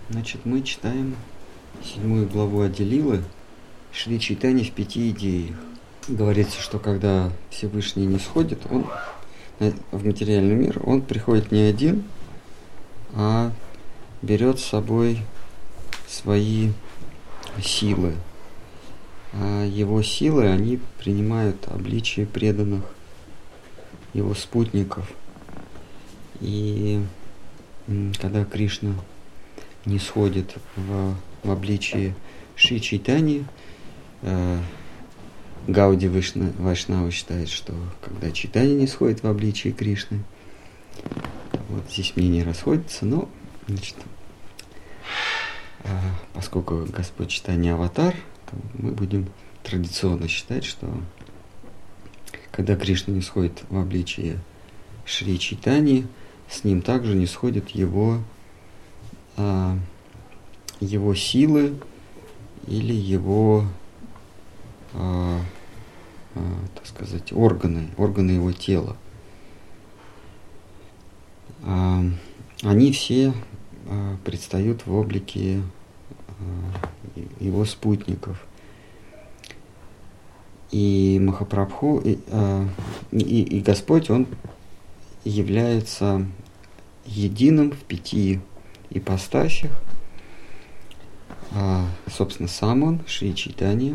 Значит, мы читаем 7 главу Ади-лилы Шри Чайтаньи в 5 идеях. Говорится, что когда Всевышний не сходит, он в материальный мир, он приходит не один, а берет с собой свои силы. А его силы, они принимают обличие преданных его спутников. И когда Кришна не сходит в обличии Шри Чайтаньи, Гауди Вайшнава считает, что когда Чайтанья не сходит в обличии Кришны, вот здесь мнения расходятся, но, значит, поскольку Господь Чайтанья аватар, то мы будем традиционно считать, что когда Кришна не сходит в обличие Шри Чайтаньи, с ним также не сходят его силы или его, так сказать, органы его тела. Они все предстают в облике его спутников. И Махапрабху, и Господь, он является единым в 5 ипостасях. Собственно, сам он, Шри Чайтанья,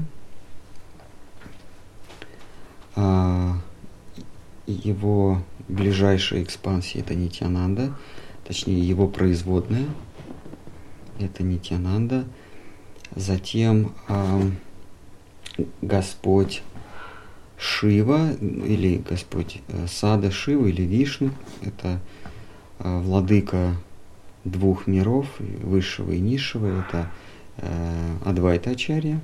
его ближайшая экспансия – это Нитьянанда, точнее, его производная – это Нитьянанда. Затем Господь Шива, или Господь Сада Шива, или Вишну – это владыка 2 миров, высшего и низшего, это Адвайта Ачарья.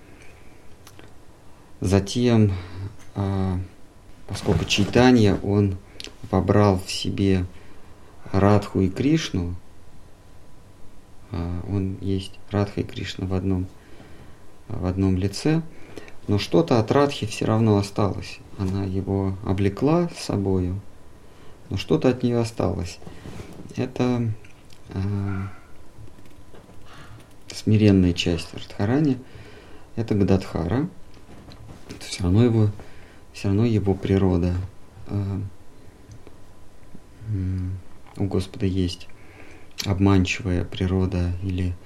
Затем, поскольку Чайтанья, он вобрал в себе Радху и Кришну, он есть Радха и Кришна в одном лице, но что-то от Радхи все равно осталось. Она его облекла с собою, но что-то от нее осталось. Это смиренная часть Радхарани, это Гададхара. Все равно его природа. У Господа есть обманчивая природа или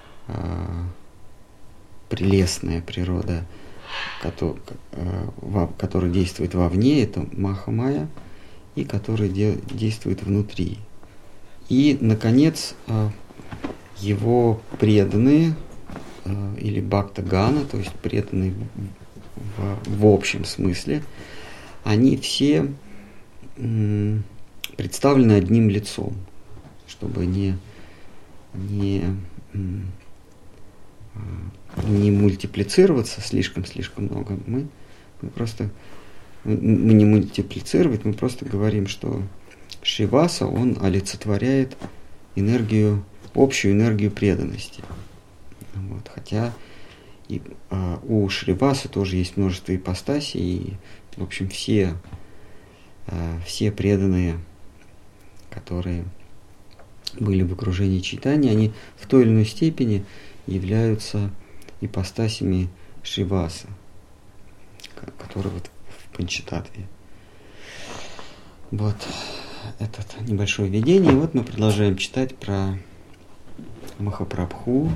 прелестная природа, которая действует вовне, это Маха-майя, и которая действует внутри. И, наконец, его преданные, или бхакта-гана, то есть преданные в общем смысле, они все представлены одним лицом, чтобы не мультиплицироваться слишком много. Мы не мультиплицировать, мы просто говорим, что Шриваса, он олицетворяет общую энергию преданности. Вот. Хотя у Шривасы тоже есть множество ипостасей, и, в общем, все преданные, которые были в окружении Чайтаньи, они в той или иной степени являются ипостасями Шривасы, который вот в Панчататве. Вот это небольшое введение. Вот мы продолжаем читать про Махапрабху.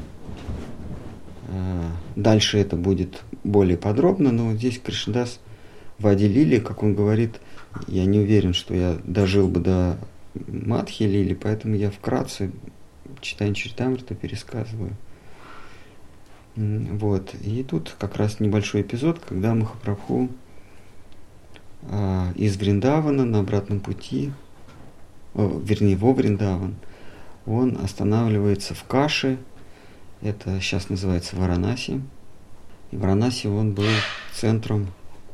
Дальше это будет более подробно, но здесь Кришнадас в Ади-лиле, как он говорит, я не уверен, что я дожил бы до Мадхья-лили, поэтому я вкратце Чайтанья Чаритамриту пересказываю. Вот. И тут как раз небольшой эпизод, когда Махапрабху из Вриндавана на обратном пути, во Вриндаван, он останавливается в Каше, это сейчас называется Варанаси. И Варанаси он был центром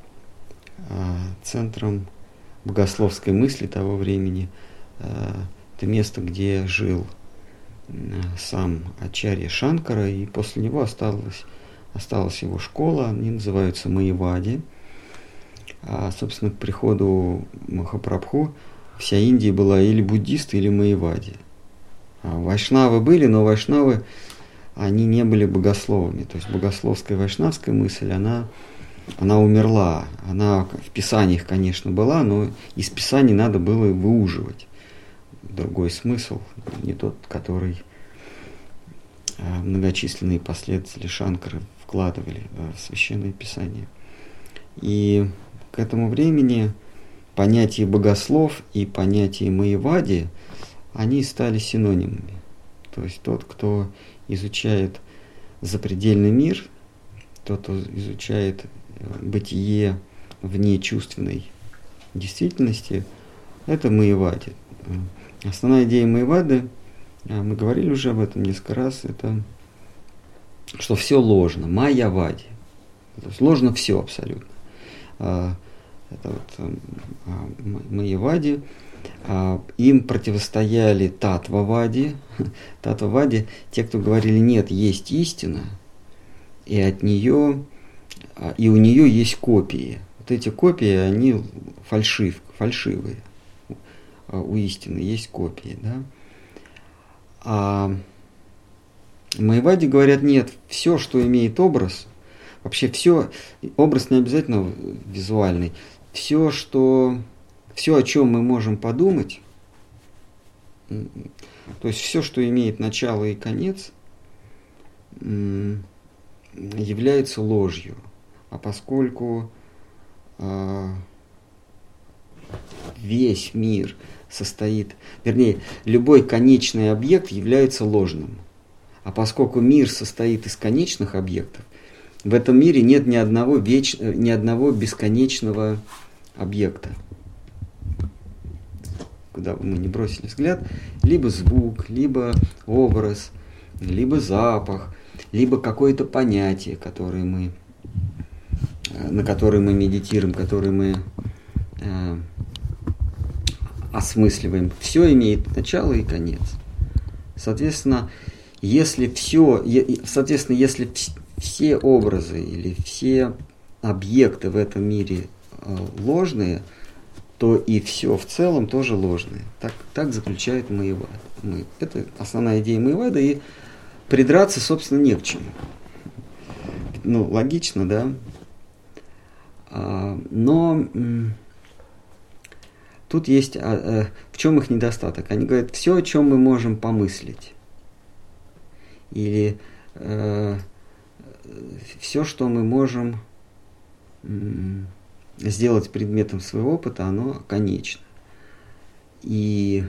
богословской мысли того времени. Это место, где жил сам Ачарья Шанкара, и после него осталась его школа, они называются Майявади. Собственно, к приходу Махапрабху вся Индия была или буддисты, или Майявади. Вайшнавы были, но вайшнавы, они не были богословами. То есть богословская вайшнавская мысль, она умерла. Она в писаниях, конечно, была, но из писаний надо было выуживать другой смысл, не тот, который многочисленные последователи Шанкары вкладывали в священное писание. И к этому времени понятие богослов и понятие маевади, они стали синонимами. То есть тот, кто изучает запредельный мир, тот, кто изучает бытие вне чувственной действительности, это маевади. Основная идея маевады, мы говорили уже об этом несколько раз, это что все ложно, майявади. То есть ложно все абсолютно. Это вот маевади. Им противостояли татвавади. Татвавади, те, кто говорили, нет, есть истина, и от нее, и у нее есть копии. Вот эти копии, они фальшивые. У истины есть копии, да? А маевади говорят, нет, все, что имеет образ, вообще все, образ не обязательно визуальный, все, о чем мы можем подумать, то есть все, что имеет начало и конец, является ложью. А поскольку весь мир состоит, вернее, любой конечный объект является ложным. А поскольку мир состоит из конечных объектов, в этом мире нет ни одного бесконечного объекта. Куда бы мы ни бросили взгляд, либо звук, либо образ, либо запах, либо какое-то понятие, на которое мы медитируем, которое мы осмысливаем. Все имеет начало и конец. Соответственно, если все образы или все объекты в этом мире ложные, то и все в целом тоже ложное. Так заключает маевада. Это основная идея маевады, и придраться, собственно, не к чему. Логично, да? Но тут есть, в чем их недостаток? Они говорят, все, о чем мы можем помыслить. Или все, что мы можем сделать предметом своего опыта, оно конечно. И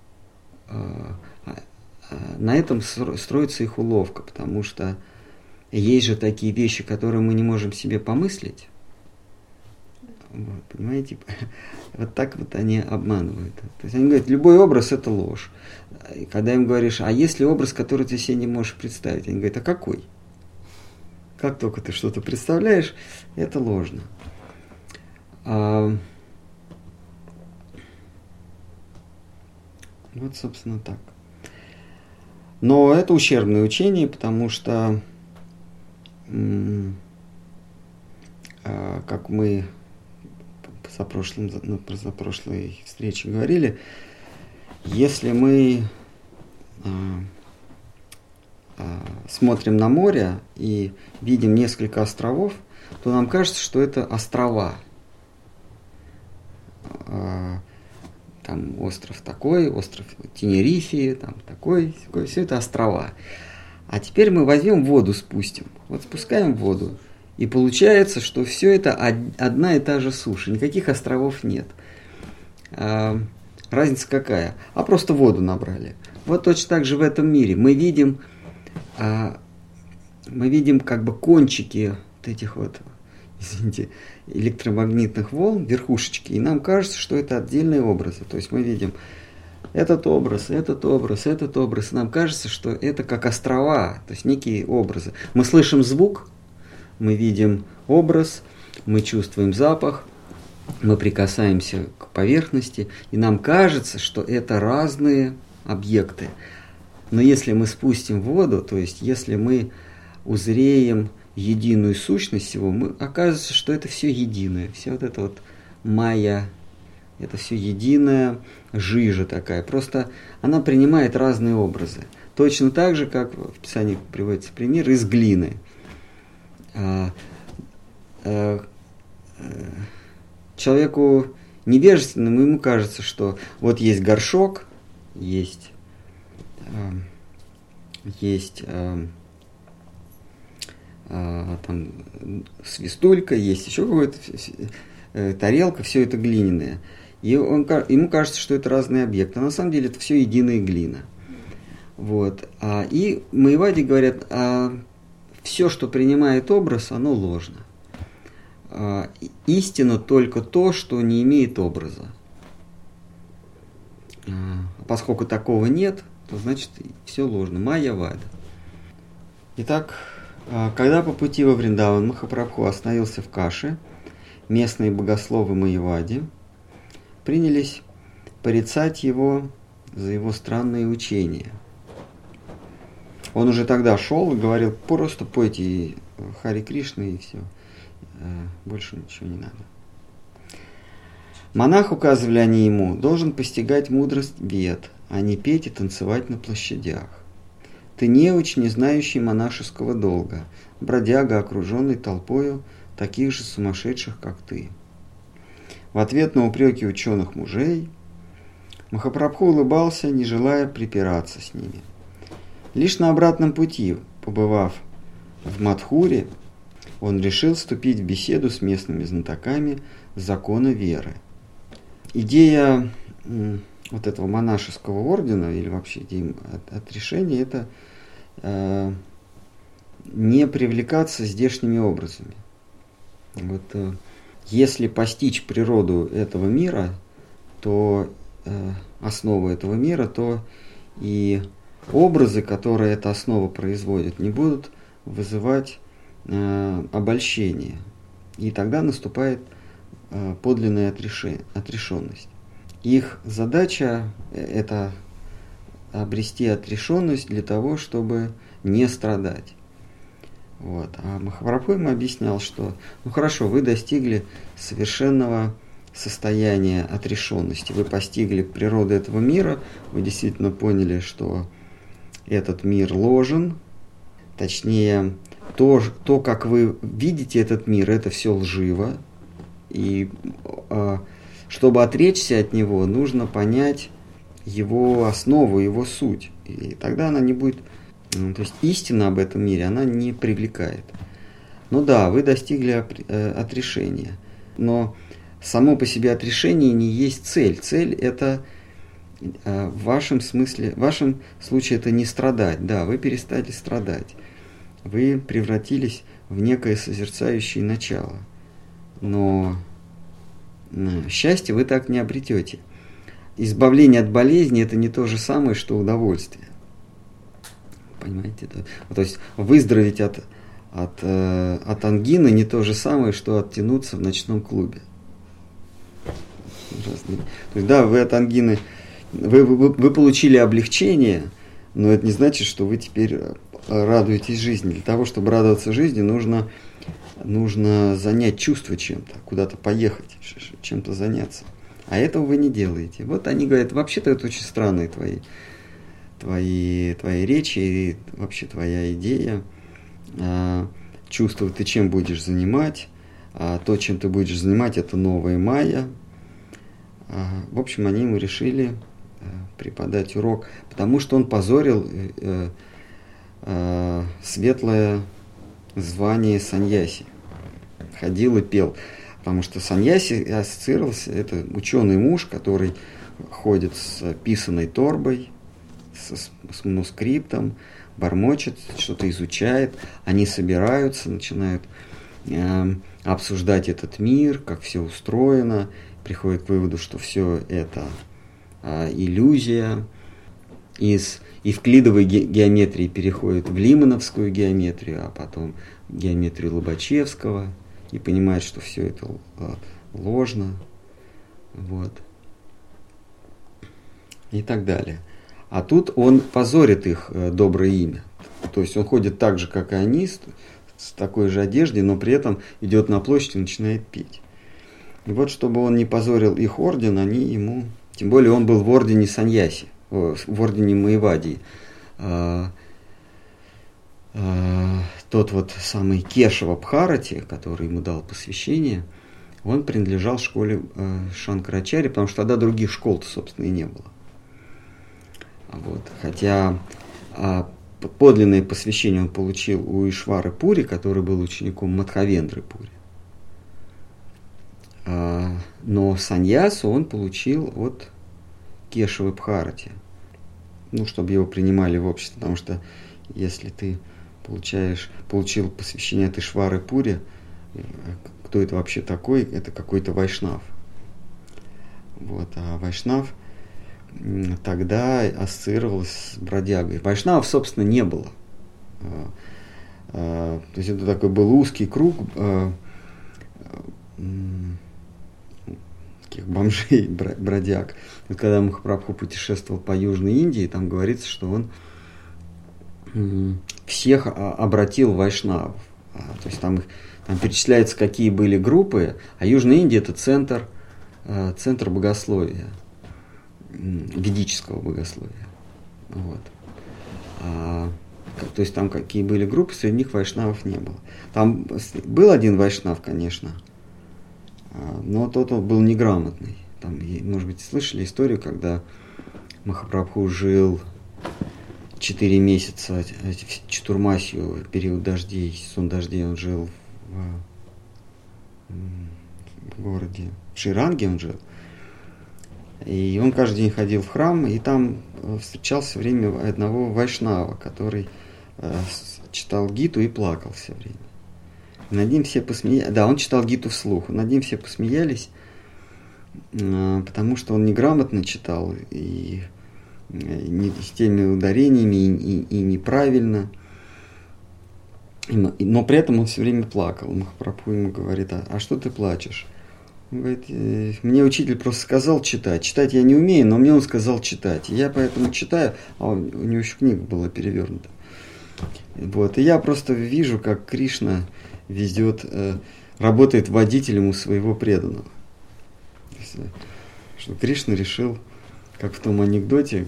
на этом строится их уловка, потому что есть же такие вещи, которые мы не можем себе помыслить. Вот, понимаете? Вот так вот они обманывают. То есть они говорят, любой образ – это ложь. И когда им говоришь, а есть ли образ, который ты себе не можешь представить? Они говорят, а какой? Как только ты что-то представляешь, это ложно. Вот, собственно, так. Но это ущербное учение, потому что, как мы на прошлой встрече говорили, если мы смотрим на море и видим несколько островов, то нам кажется, что это острова. Там остров такой, остров Тенерифе, там такой, все это острова. А теперь мы возьмем воду, спустим. Вот спускаем воду, и получается, что все это одна и та же суша, никаких островов нет. Разница какая? А просто воду набрали. Вот точно так же в этом мире мы видим как бы кончики вот этих вот, извините, электромагнитных волн, верхушечки, и нам кажется, что это отдельные образы. То есть мы видим этот образ, этот образ, этот образ, и нам кажется, что это как острова, то есть некие образы. Мы слышим звук, мы видим образ, мы чувствуем запах, мы прикасаемся к поверхности, и нам кажется, что это разные объекты. Но если мы спустим воду, то есть если мы узреем единую сущность всего, окажется, что это все единое. Все вот это вот майя Это все единая жижа такая. Просто она принимает разные образы. Точно так же, как в Писании приводится пример, из глины. Человеку невежественному ему кажется, что вот есть горшок, есть там свистулька, есть еще какая-то тарелка, все это глиняное. И ему кажется, что это разные объекты. А на самом деле это все единая глина. Вот. И Майявади говорят, все, что принимает образ, оно ложно. Истина только то, что не имеет образа. Поскольку такого нет, то значит все ложно. Майявада. Итак, когда по пути во Вриндаван Махапрабху остановился в Каше, местные богословы Майявади принялись порицать его за его странные учения. Он уже тогда шел и говорил, просто пойте Хари Кришна и все. Больше ничего не надо. Монах, указывали они ему, должен постигать мудрость вед, а не петь и танцевать на площадях. Ты неуч, не знающий монашеского долга, бродяга, окруженный толпою таких же сумасшедших, как ты. В ответ на упреки ученых мужей Махапрабху улыбался, не желая припираться с ними. Лишь на обратном пути, побывав в Мадхуре, он решил вступить в беседу с местными знатоками закона веры. Идея вот этого монашеского ордена, или вообще идея отрешения, это не привлекаться здешними образами. Вот, если постичь природу этого мира, то основу этого мира, то и образы, которые эта основа производит, не будут вызывать обольщение. И тогда наступает подлинная отрешенность. Их задача – это обрести отрешенность для того, чтобы не страдать. Вот. А Махапрабху ему объяснял, что ну хорошо, вы достигли совершенного состояния отрешенности, вы постигли природу этого мира, вы действительно поняли, что этот мир ложен, точнее, то, как вы видите этот мир, это все лживо, и чтобы отречься от него, нужно понять его основу, его суть, и тогда она не будет, то есть истина об этом мире, она не привлекает. Ну да, вы достигли отрешения, но само по себе отрешение не есть цель. Цель это в вашем случае это не страдать. Да, вы перестали страдать. Вы превратились в некое созерцающее начало. Но счастье вы так не обретете. Избавление от болезни это не то же самое, что удовольствие. Понимаете? То есть выздороветь от ангины не то же самое, что оттянуться в ночном клубе. То есть, да, вы от ангины, вы получили облегчение, но это не значит, что вы теперь радуетесь жизни. Для того, чтобы радоваться жизни, нужно занять чувство чем-то, куда-то поехать, чем-то заняться. А этого вы не делаете. Вот они говорят, вообще-то это очень странные твои речи и вообще твоя идея. Чувство ты чем будешь занимать, то, чем ты будешь занимать, это новая майя. В общем, они ему решили преподать урок, потому что он позорил светлое звание саньяси. Ходил и пел. Потому что саньяси ассоциировался, это ученый муж, который ходит с писаной торбой, с манускриптом, бормочет, что-то изучает. Они собираются, начинают обсуждать этот мир, как все устроено, приходят к выводу, что все это иллюзия. И в евклидовой геометрии переходят в лимановскую геометрию, а потом в геометрию Лобачевского, и понимают, что все это ложно. Вот. И так далее. А тут он позорит их доброе имя. То есть он ходит так же, как и они, с такой же одеждой, но при этом идет на площадь и начинает петь. И вот, чтобы он не позорил их орден, они ему... Тем более он был в ордене Саньяси, в ордене Маевадии. Тот вот самый Кешава Бхарати, который ему дал посвящение, он принадлежал школе Шанкарачарьи, потому что тогда других школ-то, собственно, и не было. Вот. Хотя подлинное посвящение он получил у Ишвары Пури, который был учеником Мадхавендры Пури. Но саньясу он получил от Кешавы Бхарати. Ну, чтобы его принимали в обществе, потому что если ты получил посвящение от Ишвары Пури, кто это вообще такой? Это какой-то вайшнав. Вот, а вайшнав тогда ассоциировался с бродягой. Вайшнавов, собственно, не было. То есть это такой был узкий круг таких бомжей, бродяг. Вот когда Махапрабху путешествовал по Южной Индии, там говорится, что он всех обратил в вайшнавов. То есть там перечисляется, какие были группы, а Южная Индия — это центр богословия, ведического богословия. Вот. То есть там какие были группы, среди них вайшнавов не было. Там был один вайшнав, конечно, но тот он был неграмотный. Там, может быть, слышали историю, когда Махапрабху жил 4 месяца Чатурмасью, период дождей, сезон дождей, он жил в городе, в Шриранге он жил. И он каждый день ходил в храм, и там встречал все время одного вайшнава, который читал Гиту и плакал все время. Над ним все посмеялись. Да, он читал Гиту вслух. Над ним все посмеялись, потому что он неграмотно читал, и не с теми ударениями, и неправильно. Но при этом он все время плакал. Махапрабху ему говорит: а что ты плачешь? Он говорит: мне учитель просто сказал читать. Читать я не умею, но мне он сказал читать. И я поэтому читаю, а у него еще книга была перевернута. Вот. И я просто вижу, как Кришна работает водителем у своего преданного. Что Кришна решил, как в том анекдоте,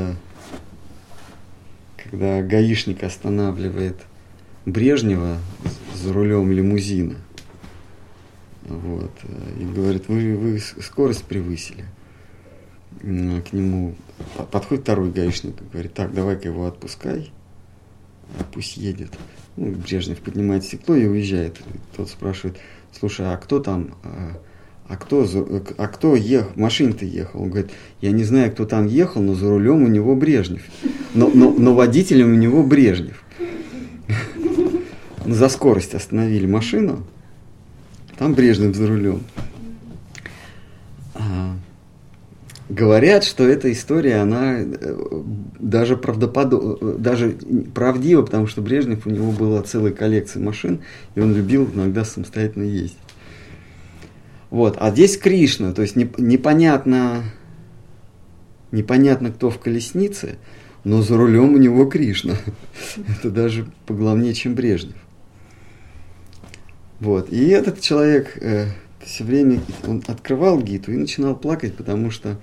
когда гаишник останавливает Брежнева за рулем лимузина. Вот. И говорит: вы скорость превысили. К нему подходит второй гаишник и говорит: так, давай-ка его отпускай, пусть едет. Ну, Брежнев поднимает стекло и уезжает. И тот спрашивает: слушай, а кто там, кто ехал, машина-то ехал? Он говорит: я не знаю, кто там ехал, но за рулем у него Брежнев. Но водителем у него Брежнев. За скорость остановили машину, там Брежнев за рулем. Говорят, что эта история, она даже правдива, потому что Брежнев, у него была целая коллекция машин, и он любил иногда самостоятельно ездить. Вот. А здесь Кришна, то есть непонятно, кто в колеснице, но за рулем у него Кришна. Это даже поглавнее, чем Брежнев. Вот. И этот человек все время он открывал Гиту и начинал плакать, потому что,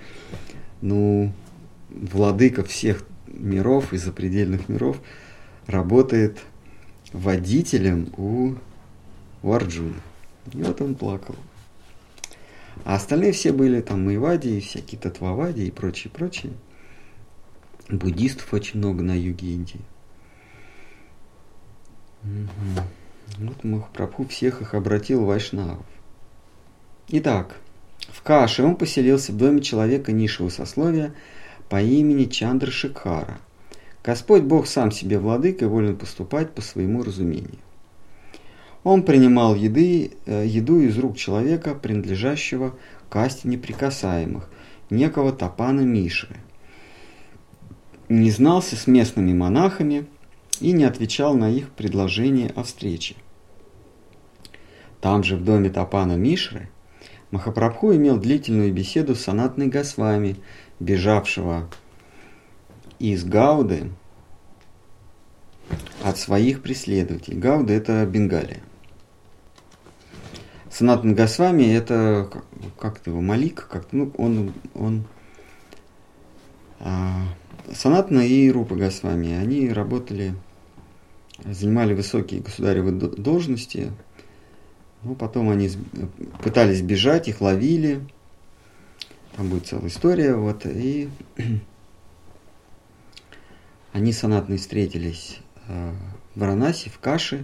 владыка всех миров и запредельных миров работает водителем у Арджуны. И вот он плакал. А остальные все были там Маевади, всякие Татвавади и прочие. Буддистов очень много на юге Индии. Вот Махапрабху всех их обратил в вайшнавов. Итак, в Каше он поселился в доме человека низшего сословия по имени Чандрашикхара. Господь Бог сам себе владыка и волен поступать по своему разумению. Он принимал еду из рук человека, принадлежащего касте неприкасаемых, некого Тапана Мишры. Не знался с местными монахами и не отвечал на их предложения о встрече. Там же, в доме Тапана Мишры, Махапрабху имел длительную беседу с Санатной Госвами, бежавшего из Гауды от своих преследователей. Гауда — это Бенгалия. Санатана Госвами это как-то его Малик, Санатана и Рупа Госвами, они занимали высокие государевы должности, но потом они пытались бежать, их ловили, там будет целая история, и они с Санатаной встретились в Варанаси, в Каши,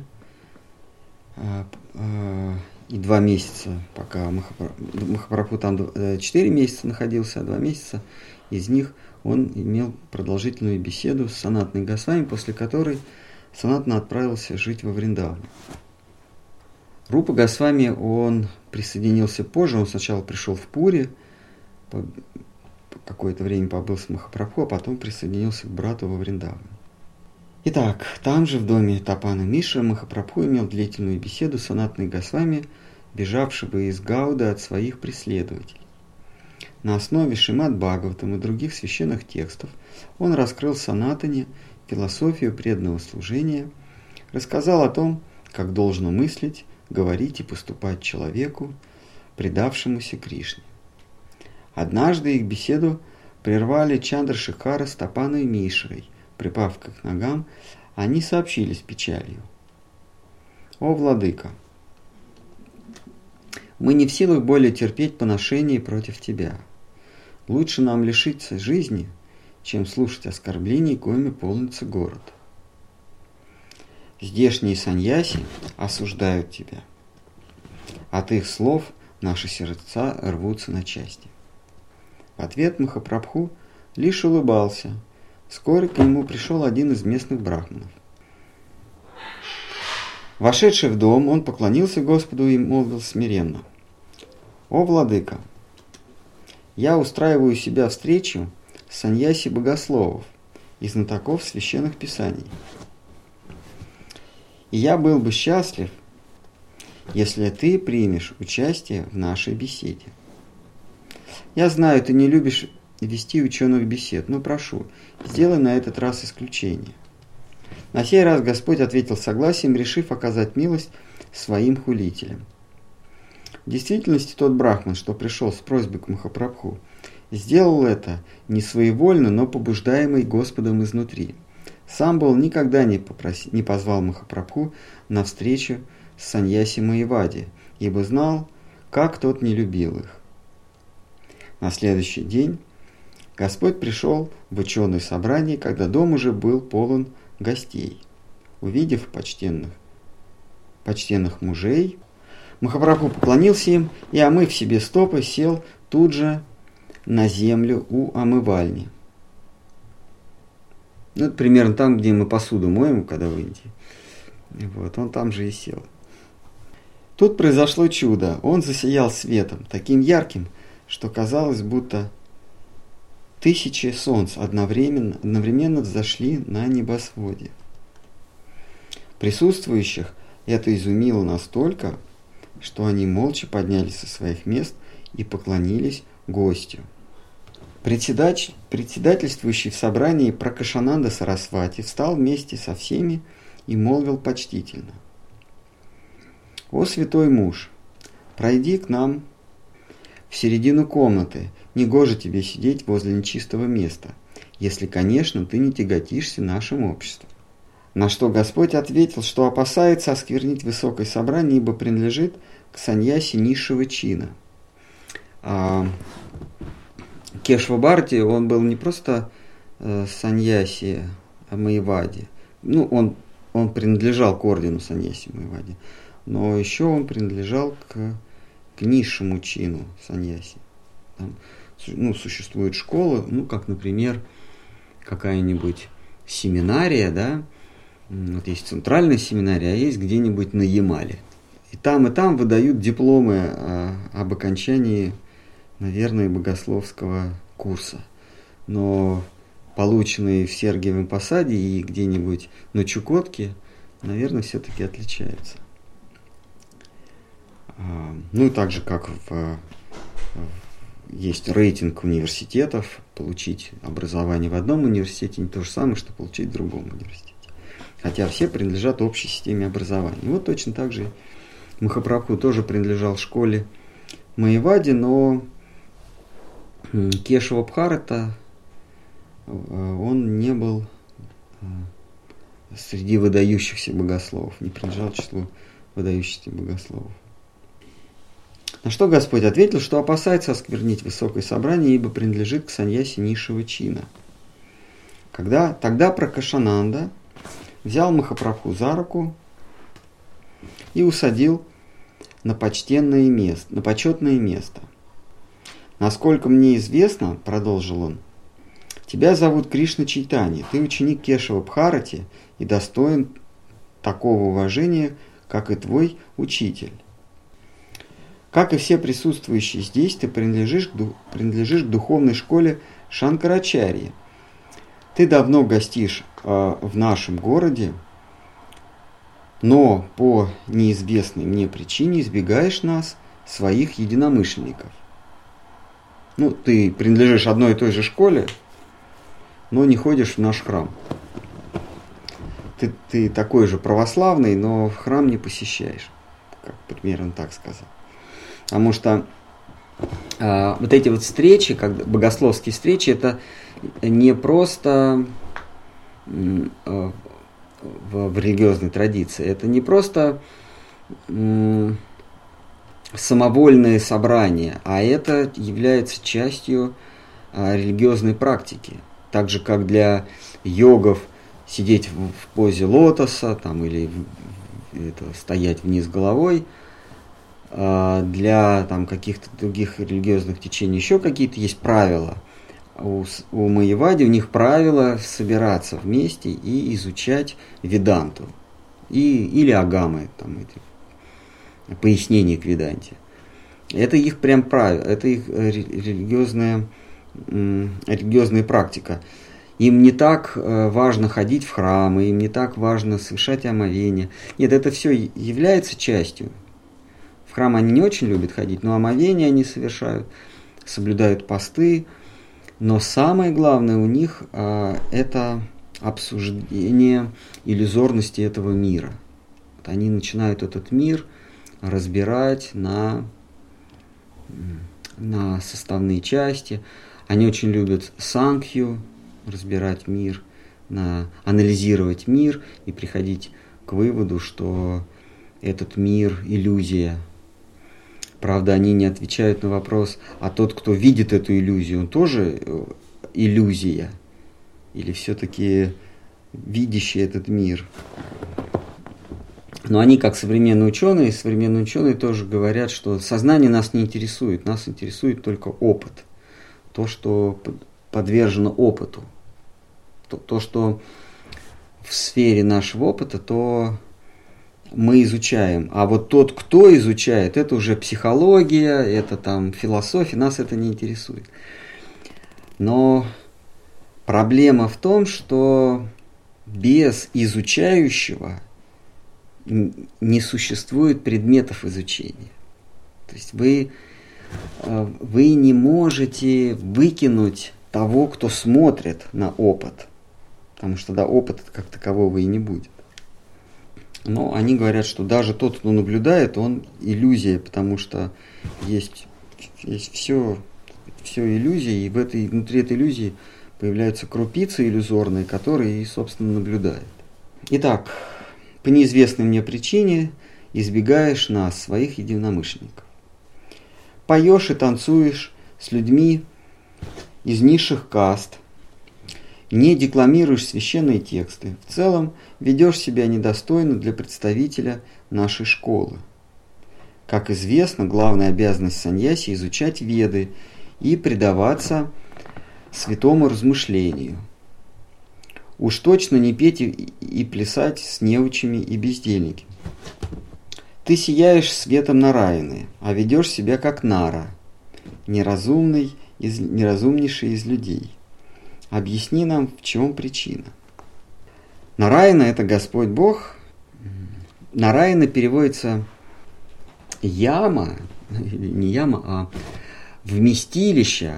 и 2 месяца, пока Махапрабху там 4 месяца находился, а 2 месяца из них он имел продолжительную беседу с Санатаной Госвами, после которой Санатана отправился жить во Вриндаван. Рупа Госвами, он присоединился позже, он сначала пришел в Пури, какое-то время побыл с Махапрабху, а потом присоединился к брату во Вриндаван. Итак, там же в доме Тапана Мишра Махапрабху имел длительную беседу с Санатаной Госвами, бежавшего из Гауда от своих преследователей. На основе Шримад Бхагаватам и других священных текстов он раскрыл Санатане философию преданного служения, рассказал о том, как должно мыслить, говорить и поступать человеку, предавшемуся Кришне. Однажды их беседу прервали Чандра-Шекхара с Тапаной Мишрой. Припав к их ногам, они сообщили с печалью: «О, владыка, мы не в силах более терпеть поношения против тебя. Лучше нам лишиться жизни, чем слушать оскорблений, коими полнится город. Здешние саньяси осуждают тебя. От их слов наши сердца рвутся на части». В ответ Махапрабху лишь улыбался. Вскоре к нему пришел один из местных брахманов. Вошедший в дом, он поклонился Господу и молвил смиренно: «О, владыка, я устраиваю у себя встречу с саньяси-богословов и знатоков священных писаний. И я был бы счастлив, если ты примешь участие в нашей беседе. Я знаю, ты не любишь вести ученых бесед, но прошу, сделай на этот раз исключение». На сей раз Господь ответил согласием, решив оказать милость своим хулителям. В действительности тот брахман, что пришел с просьбой к Махапрабху, сделал это не своевольно, но побуждаемый Господом изнутри. Сам был никогда не позвал Махапрабху на встречу с саньяси Маевади, ибо знал, как тот не любил их. На следующий день Господь пришел в ученое собрание, когда дом уже был полон гостей. Увидев почтенных мужей, Махапрабху поклонился им и, омыв себе стопы, сел тут же на землю у омывальни. Это примерно там, где мы посуду моем, когда в Индии. Он там же и сел. Тут произошло чудо. Он засиял светом, таким ярким, что казалось, будто 1000 солнц одновременно взошли на небосводе. Присутствующих это изумило настолько, что они молча поднялись со своих мест и поклонились гостю. Председательствующий в собрании Пракашананда Сарасвати встал вместе со всеми и молвил почтительно: «О, святой муж, пройди к нам в середину комнаты, негоже тебе сидеть возле нечистого места, если, конечно, ты не тяготишься нашим обществом». На что Господь ответил, что опасается осквернить высокое собрание, ибо принадлежит к саньяси низшего чина. Кешвабхарати, он был не просто саньяси Маевади, он принадлежал к ордену саньяси Маевади, но еще он принадлежал к низшему чину саньяси. Там, существует школа, как, например, какая-нибудь семинария, да, есть центральная семинария, а есть где-нибудь на Ямале. И там выдают дипломы об окончании, наверное, богословского курса. Но полученные в Сергиевом Посаде и где-нибудь на Чукотке, наверное, все-таки отличаются. Так же, как есть рейтинг университетов, получить образование в одном университете не то же самое, что получить в другом университете. Хотя все принадлежат общей системе образования. Точно так же Махапрабху тоже принадлежал школе Майявади, но Кешава Бхарата, он не был среди выдающихся богословов, не принадлежал к числу выдающихся богословов. На что Господь ответил, что опасается осквернить высокое собрание, ибо принадлежит к саньяси низшего чина. Тогда Пракашананда взял Махапрабху за руку и усадил на почтенное место, на почетное место. «Насколько мне известно, — продолжил он, — тебя зовут Кришна Чайтанья, ты ученик Кешава Бхарати и достоин такого уважения, как и твой учитель. Как и все присутствующие здесь, ты принадлежишь к духовной школе Шанкарачарьи. Ты давно гостишь в нашем городе, но по неизвестной мне причине избегаешь нас, своих единомышленников. Ты принадлежишь одной и той же школе, но не ходишь в наш храм. Ты такой же православный, но в храм не посещаешь». Как примерно так сказал. Потому что вот эти вот встречи, богословские встречи, это не просто в религиозной традиции, это не просто самовольные собрания, а это является частью религиозной практики. Так же, как для йогов сидеть в позе лотоса или стоять вниз головой, для каких-то других религиозных течений еще какие-то есть правила. У Майявади у них правило собираться вместе и изучать веданту или агамы, эти пояснения к веданте. Это их прям правило, это их религиозная практика. Им не так важно ходить в храмы, им не так важно совершать омовение. Нет, это все является частью. В храм они не очень любят ходить, но омовение они совершают, соблюдают посты. Но самое главное у них это обсуждение иллюзорности этого мира. Они начинают этот мир разбирать на составные части. Они очень любят санкхью, разбирать мир, анализировать мир и приходить к выводу, что этот мир – иллюзия. Правда, они не отвечают на вопрос, а тот, кто видит эту иллюзию, он тоже иллюзия? Или все-таки видящий этот мир? Но они, как современные ученые тоже говорят, что сознание нас не интересует, нас интересует только опыт. То, что подвержено опыту. То, что в сфере нашего опыта, то мы изучаем. А вот тот, кто изучает, это уже психология, это философия, нас это не интересует. Но проблема в том, что без изучающего не существует предметов изучения. То есть вы не можете выкинуть того, кто смотрит на опыт, потому что тогда опыта как такового и не будет. Но они говорят, что даже тот, кто наблюдает, он иллюзия, потому что есть все иллюзии, и внутри этой иллюзии появляются крупицы иллюзорные, которые и, собственно, наблюдают. Итак, по неизвестной мне причине избегаешь нас, своих единомышленников. Поешь и танцуешь с людьми из низших каст, не декламируешь священные тексты, в целом ведешь себя недостойно для представителя нашей школы. Как известно, главная обязанность саньяси – изучать веды и предаваться святому размышлению. Уж точно не петь и плясать с неучами и бездельниками. Ты сияешь светом Нараяны, а ведешь себя как Нара, неразумнейший из людей. Объясни нам, в чем причина. Нараяна – это Господь Бог. Нараяна переводится яма, или не яма, а вместилище,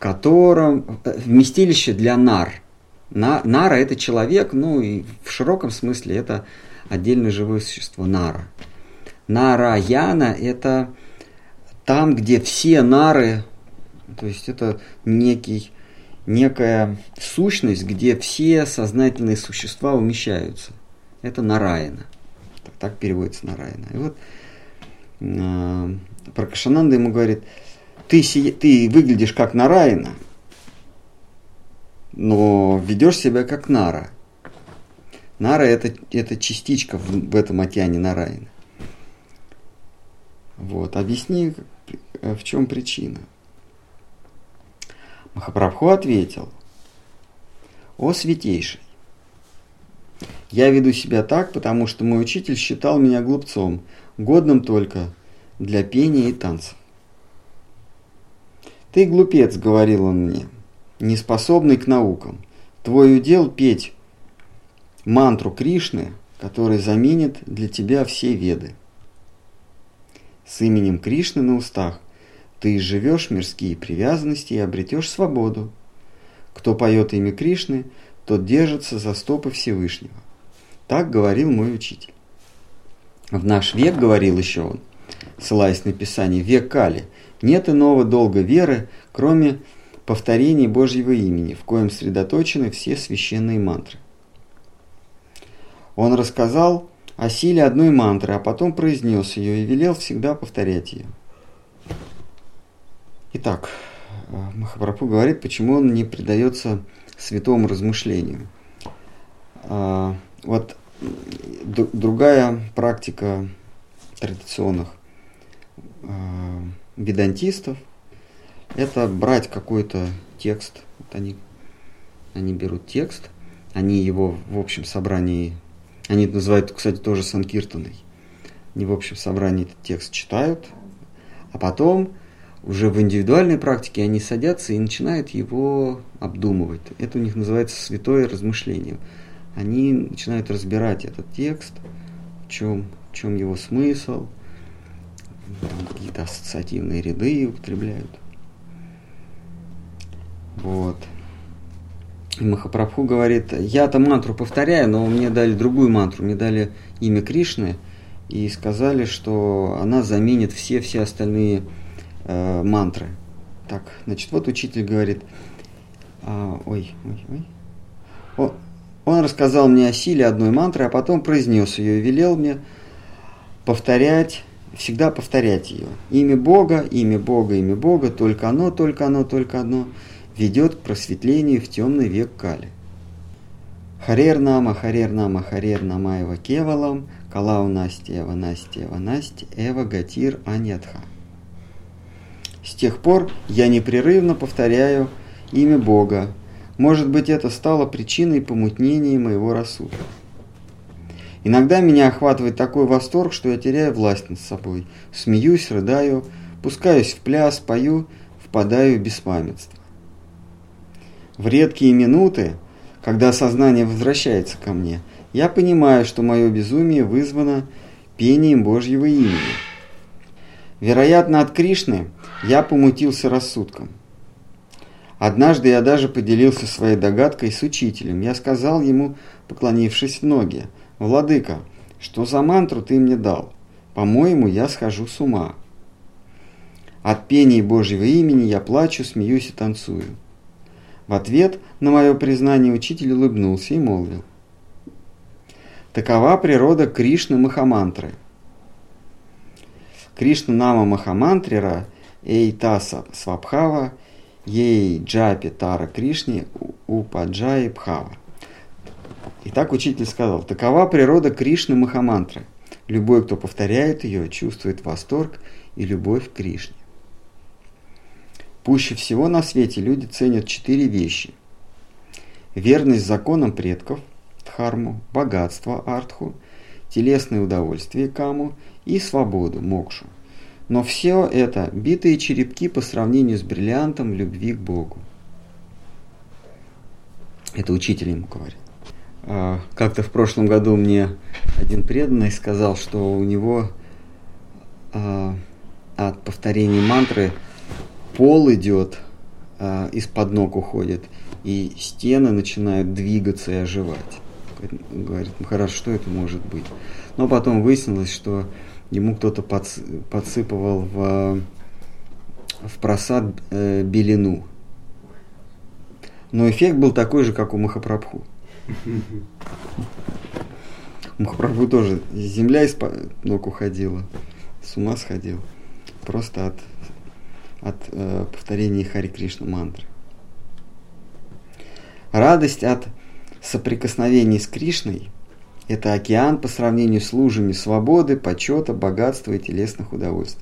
вместилище для нар. Нара – это человек, и в широком смысле это отдельное живое существо, нара. Нараяна – это там, где все нары, то есть это некая сущность, где все сознательные существа умещаются. Это Нараяна. Так переводится Нараяна. И вот Пракашананда ему говорит: ты выглядишь как Нараяна, но ведешь себя как Нара. Нара – это частичка в этом океане Нараяна. Вот. Объясни, в чем причина. Махапрабху ответил: «О святейший, я веду себя так, потому что мой учитель считал меня глупцом, годным только для пения и танцев. Ты глупец, — говорил он мне, — неспособный к наукам. Твой удел петь мантру Кришны, который заменит для тебя все веды. С именем Кришны на устах ты изживешь мирские привязанности и обретешь свободу. Кто поет имя Кришны, тот держится за стопы Всевышнего». Так говорил мой учитель. В наш век, говорил еще он, ссылаясь на Писание, век Кали, нет иного долга веры, кроме повторений Божьего имени, в коем сосредоточены все священные мантры. Он рассказал о силе одной мантры, а потом произнес ее и велел всегда повторять ее. Итак, Махапрабху говорит, почему он не предается святому размышлению. Вот другая практика традиционных ведантистов – это брать какой-то текст. Вот они берут текст, они его в общем собрании, они это называют, кстати, тоже санкиртаной. Они в общем собрании этот текст читают, а потом уже в индивидуальной практике они садятся и начинают его обдумывать. Это у них называется святое размышление. Они начинают разбирать этот текст, в чем его смысл, какие-то ассоциативные ряды употребляют. Вот. И Махапрабху говорит: я-то мантру повторяю, но мне дали другую мантру, мне дали имя Кришны и сказали, что она заменит все остальные мантры. Так, значит, вот учитель говорит: Он рассказал мне о силе одной мантры, а потом произнес ее и велел мне всегда повторять ее. Имя Бога, имя Бога, имя Бога, только оно, только оно, только одно ведет к просветлению в темный век Кали. Харер нама, харер намаева кевалам, калау насти, эва насти, эва насти, эва гатир аньятха. С тех пор я непрерывно повторяю имя Бога. Может быть, это стало причиной помутнения моего рассудка. Иногда меня охватывает такой восторг, что я теряю власть над собой. Смеюсь, рыдаю, пускаюсь в пляс, пою, впадаю в беспамятство. В редкие минуты, когда сознание возвращается ко мне, я понимаю, что мое безумие вызвано пением Божьего имени. Вероятно, от Кришны я помутился рассудком. Однажды я даже поделился своей догадкой с учителем. Я сказал ему, поклонившись в ноги: «Владыка, что за мантру ты мне дал? По-моему, я схожу с ума. От пения Божьего имени я плачу, смеюсь и танцую». В ответ на мое признание учитель улыбнулся и молвил: «Такова природа Кришны Махамантры. Кришна Нама Махамантрира Эйтаса Свабхава Ей Джапи Тара Кришни Упаджаи Бхава». Итак, учитель сказал: такова природа Кришны Махамантры. Любой, кто повторяет ее, чувствует восторг и любовь к Кришне. Пуще всего на свете люди ценят 4 вещи: верность законам предков, дхарму, богатство, артху, телесное удовольствие, каму, и свободу, мокшу. Но все это битые черепки по сравнению с бриллиантом любви к Богу. Это учитель ему говорит. Как-то в прошлом году мне один преданный сказал, что у него от повторения мантры пол идет, из-под ног уходит, и стены начинают двигаться и оживать. Говорит: Махарадж, что это может быть? Но потом выяснилось, что ему кто-то подсыпывал в просад белину. Но эффект был такой же, как у Махапрабху. У Махапрабху тоже земля из-под ног уходила, с ума сходил. Просто от повторения Хари Кришна мантры. Радость от соприкосновений с Кришной – это океан по сравнению с лужами свободы, почета, богатства и телесных удовольствий.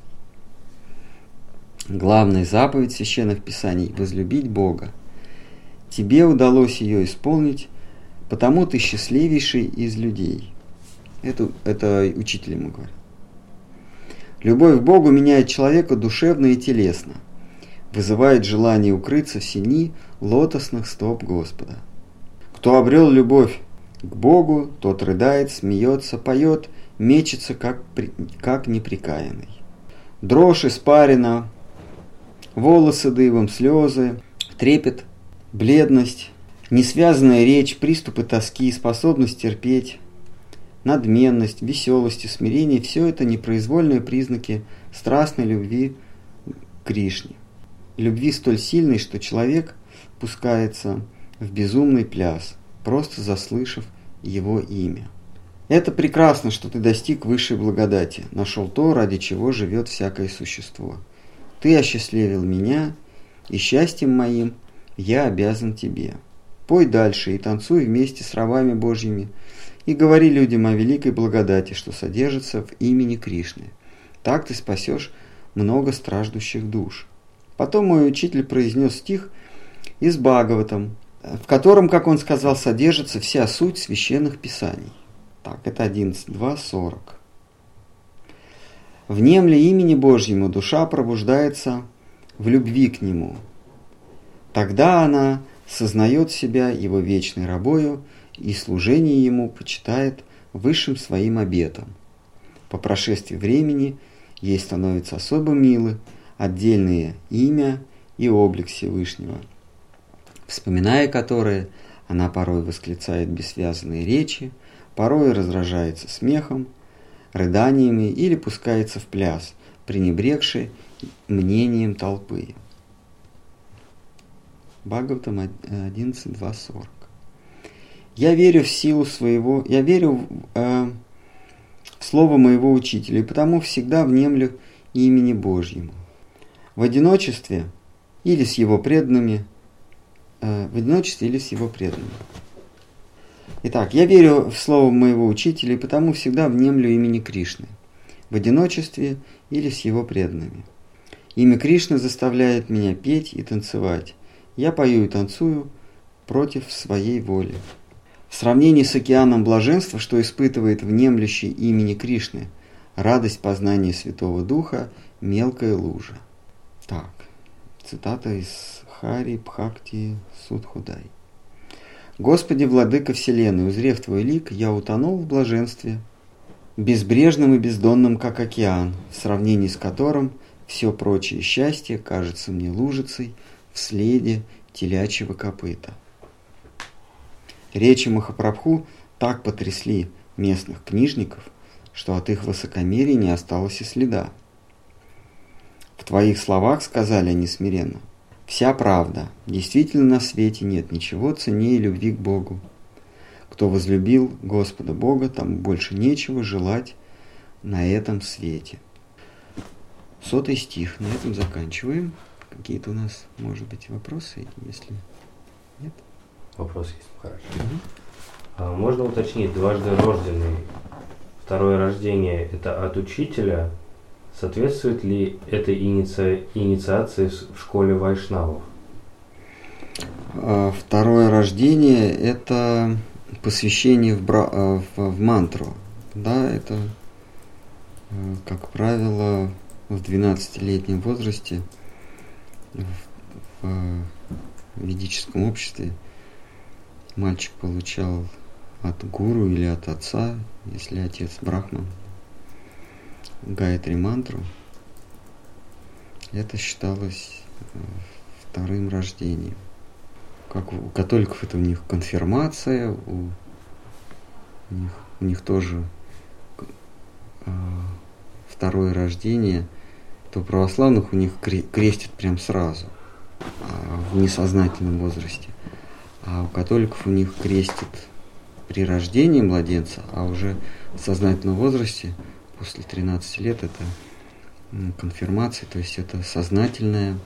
Главная заповедь священных писаний – возлюбить Бога. Тебе удалось ее исполнить, потому ты счастливейший из людей. Это учитель ему говорит. Любовь к Богу меняет человека душевно и телесно, вызывает желание укрыться в сени лотосных стоп Господа. Кто обрел любовь к Богу, тот рыдает, смеется, поет, мечется, как непрекаянный. Дрожь испарина, волосы дыбом, слезы, трепет, бледность, несвязанная речь, приступы тоски, способность терпеть, надменность, веселость и смирение – все это непроизвольные признаки страстной любви к Кришне. Любви столь сильной, что человек пускается в безумный пляс, просто заслышав его имя. Это прекрасно, что ты достиг высшей благодати, нашел то, ради чего живет всякое существо. Ты осчастливил меня, и счастьем моим я обязан тебе. Пой дальше и танцуй вместе с рабами Божьими, и говори людям о великой благодати, что содержится в имени Кришны. Так ты спасешь много страждущих душ. Потом мой учитель произнес стих из Бхагаватам, в котором, как он сказал, содержится вся суть священных писаний. Так, это 11.2.40. Внемля имени Божьему душа пробуждается в любви к Нему. Тогда она сознает себя Его вечной рабою и служение Ему почитает высшим своим обетом. По прошествии времени ей становится особо милы отдельное имя и облик Всевышнего, вспоминая которые, она порой восклицает бессвязные речи, порой раздражается смехом, рыданиями или пускается в пляс, пренебрегший мнением толпы. Бхагаватам 11.2.40. Я верю в слово моего учителя, и потому всегда внемлю имени Божьему. В одиночестве или с его преданными. Итак, я верю в слово моего учителя, и потому всегда внемлю имени Кришны. В одиночестве или с его преданными. Имя Кришны заставляет меня петь и танцевать. Я пою и танцую против своей воли. В сравнении с океаном блаженства, что испытывает внемлющий имени Кришны, радость познания Святого Духа – мелкая лужа. Так, цитата из Хари Бхакти Судхудай. «Господи, владыка вселенной, узрев Твой лик, я утонул в блаженстве, безбрежным и бездонным, как океан, в сравнении с которым все прочее счастье кажется мне лужицей в следе телячьего копыта». Речи Махапрабху так потрясли местных книжников, что от их высокомерия не осталось и следа. «В твоих словах, — сказали они смиренно, — вся правда. Действительно, на свете нет ничего ценнее любви к Богу. Кто возлюбил Господа Бога, тому больше нечего желать на этом свете». 100 стих. На этом заканчиваем. Какие-то у нас, может быть, вопросы, если нет? Вопрос есть, хорошо. Можно уточнить, дважды рожденный, второе рождение – это от учителя? Соответствует ли этой инициации в школе вайшнавов? Второе рождение – это посвящение в мантру. Да, это, как правило, в 12-летнем возрасте в ведическом обществе мальчик получал от гуру или от отца, если отец брахман, Гайатри мантру. Это считалось вторым рождением. Как у католиков это у них конфирмация, у них тоже второе рождение, то у православных у них крестят прям сразу, в несознательном возрасте. А у католиков у них крестят при рождении младенца, а уже в сознательном возрасте, после 13 лет, это конфирмация, то есть это сознательное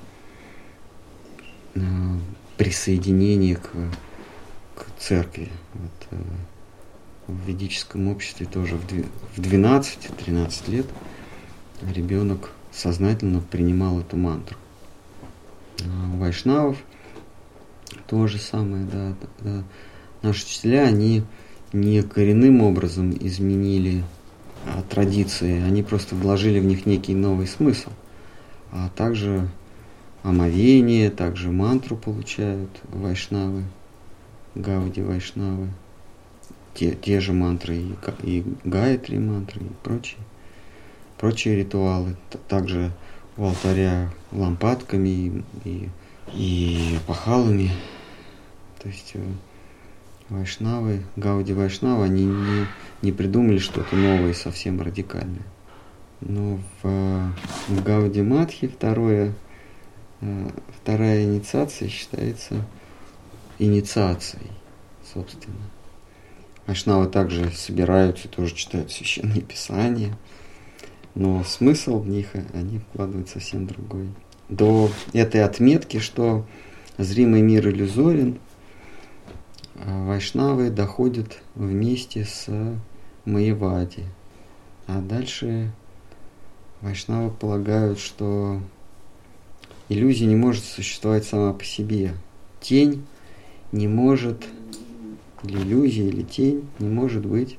присоединение к церкви. Вот, в ведическом обществе тоже в 12-13 лет ребенок сознательно принимал эту мантру. У вайшнавов то же самое, да. Наши учителя, они не коренным образом изменили традиции, они просто вложили в них некий новый смысл. А также омовение, также мантру получают вайшнавы, гауди вайшнавы, те же мантры, и гаятри мантры, и прочие ритуалы. Также у алтаря лампадками и пахалами. То есть вайшнавы, гауди вайшнавы, они не придумали что-то новое, совсем радикальное. Но в гауди матхи вторая инициация считается инициацией, собственно. Вайшнавы также собираются, тоже читают священные писания, но смысл в них они вкладывают совсем другой. До этой отметки, что зримый мир иллюзорен, вайшнавы доходят вместе с Маевади. А дальше вайшнавы полагают, что иллюзия не может существовать сама по себе. Тень не может, или иллюзия, или тень не может быть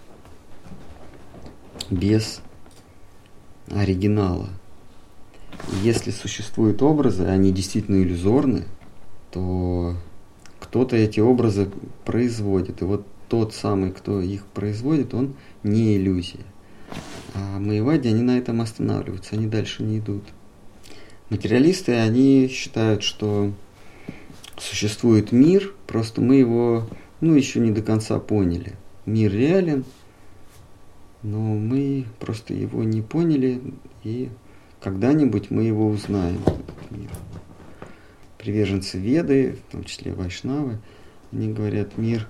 без оригинала. И если существуют образы, они действительно иллюзорны, то кто-то эти образы производит. И вот тот самый, кто их производит, он не иллюзия. А маевади, они на этом останавливаются, они дальше не идут. Материалисты, они считают, что существует мир, просто мы его, еще не до конца поняли. Мир реален, но мы просто его не поняли, и когда-нибудь мы его узнаем, этот мир. Приверженцы Веды, в том числе вайшнавы, они говорят, мир,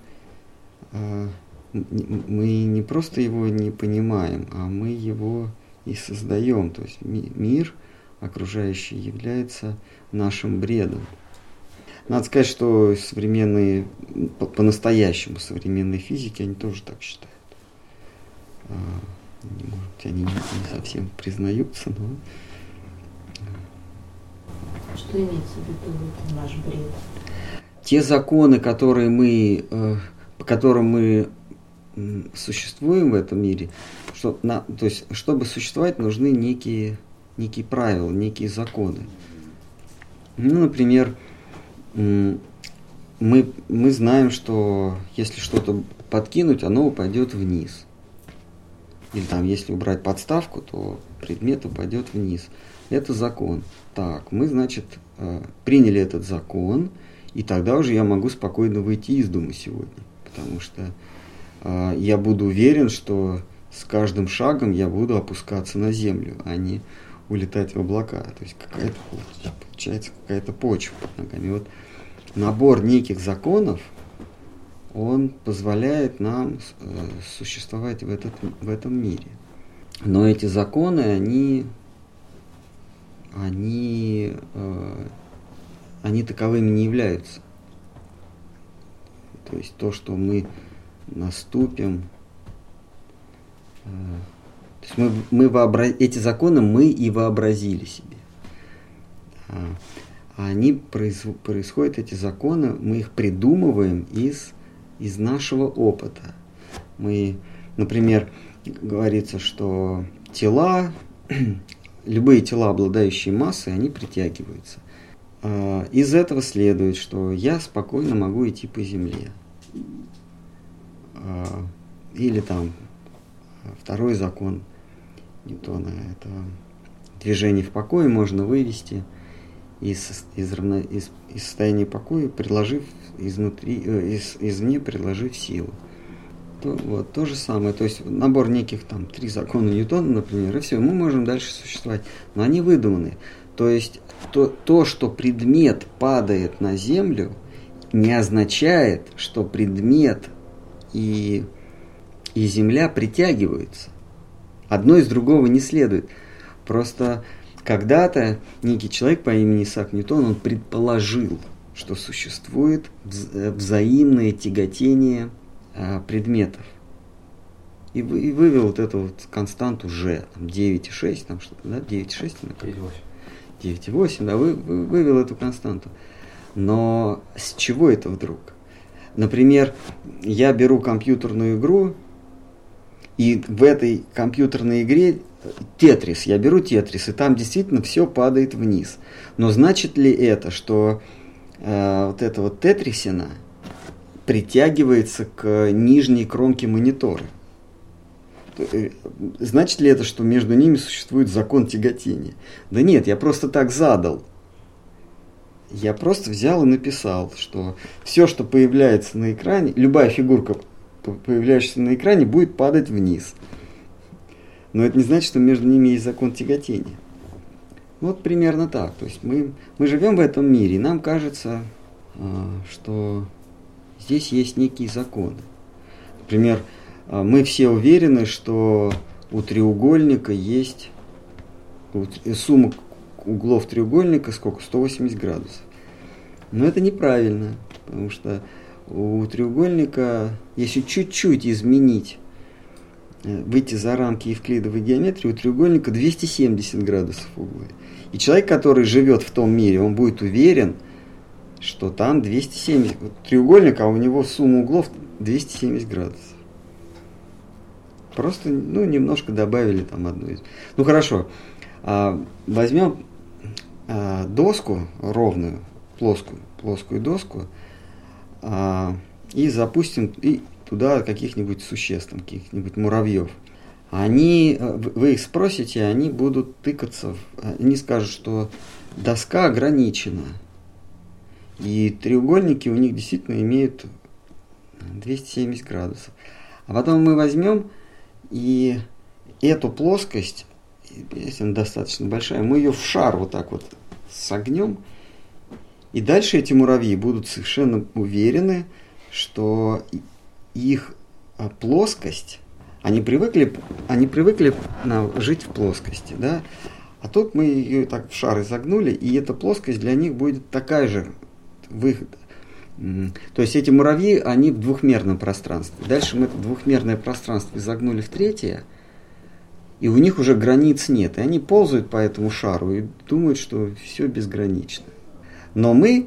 мы не просто его не понимаем, а мы его и создаем. То есть мир окружающий является нашим бредом. Надо сказать, что современные, по-настоящему современные физики, они тоже так считают. Может быть, они не совсем признаются, но... Что имеется в виду это наш бред? Те законы, по которым мы существуем в этом мире, то есть, чтобы существовать, нужны некие правила, некие законы. Например, мы знаем, что если что-то подкинуть, оно упадет вниз. Или если убрать подставку, то предмет упадет вниз. Это закон. Так, мы, приняли этот закон, и тогда уже я могу спокойно выйти из дома сегодня. Потому что я буду уверен, что с каждым шагом я буду опускаться на землю, а не улетать в облака. То есть получается какая-то почва под ногами. Вот набор неких законов, он позволяет нам существовать в этом мире. Но эти законы, они таковыми не являются. То есть то, что мы наступим, то есть эти законы мы и вообразили себе. Они происходят, эти законы, мы их придумываем из нашего опыта. Например, говорится, что любые тела, обладающие массой, они притягиваются. Из этого следует, что я спокойно могу идти по земле. Или второй закон Ньютона, это движение в покое можно вывести из состояния покоя, извне предложив силу. То же самое. То есть набор неких там 3 закона Ньютона, например, и все, мы можем дальше существовать. Но они выдуманы. То есть то, что предмет падает на Землю, не означает, что предмет и Земля притягиваются. Одно из другого не следует. Просто когда-то некий человек по имени Исаак Ньютон, он предположил, что существует взаимное тяготение предметов. И вывел вот эту вот константу G, 9,6, там что-то, да, 9,6? 9,8, да, вывел эту константу. Но с чего это вдруг? Например, я беру компьютерную игру, и в этой компьютерной игре Тетрис, я беру Тетрис, и там действительно все падает вниз. Но значит ли это, что вот эта вот тетрисина притягивается к нижней кромке монитора? Значит ли это, что между ними существует закон тяготения? Да нет, я просто так задал. Я просто взял и написал, что все, что появляется на экране, любая фигурка, появляющаяся на экране, будет падать вниз. Но это не значит, что между ними есть закон тяготения. Вот примерно так. То есть мы живем в этом мире, и нам кажется, что здесь есть некие законы. Например, мы все уверены, что у треугольника есть сумма углов треугольника сколько? 180 градусов. Но это неправильно, потому что у треугольника, если чуть-чуть изменить, выйти за рамки евклидовой геометрии, у треугольника 270 градусов углы. И человек, который живет в том мире, он будет уверен, что там 270 треугольник, а у него сумма углов 270 градусов. Просто, немножко добавили там одну из... Хорошо. Возьмем доску ровную, плоскую доску, и запустим туда каких-нибудь существ, каких-нибудь муравьев. Вы их спросите, они будут тыкаться, они скажут, что доска ограничена. И треугольники у них действительно имеют 270 градусов. А потом мы возьмем и эту плоскость, если она достаточно большая, мы ее в шар вот так вот согнем. И дальше эти муравьи будут совершенно уверены, что их плоскость, они привыкли жить в плоскости, да? А тут мы ее так в шар изогнули, и эта плоскость для них будет такая же выход. То есть эти муравьи, они в двухмерном пространстве. Дальше мы это двухмерное пространство изогнули в третье, и у них уже границ нет. И они ползают по этому шару и думают, что все безгранично. Но мы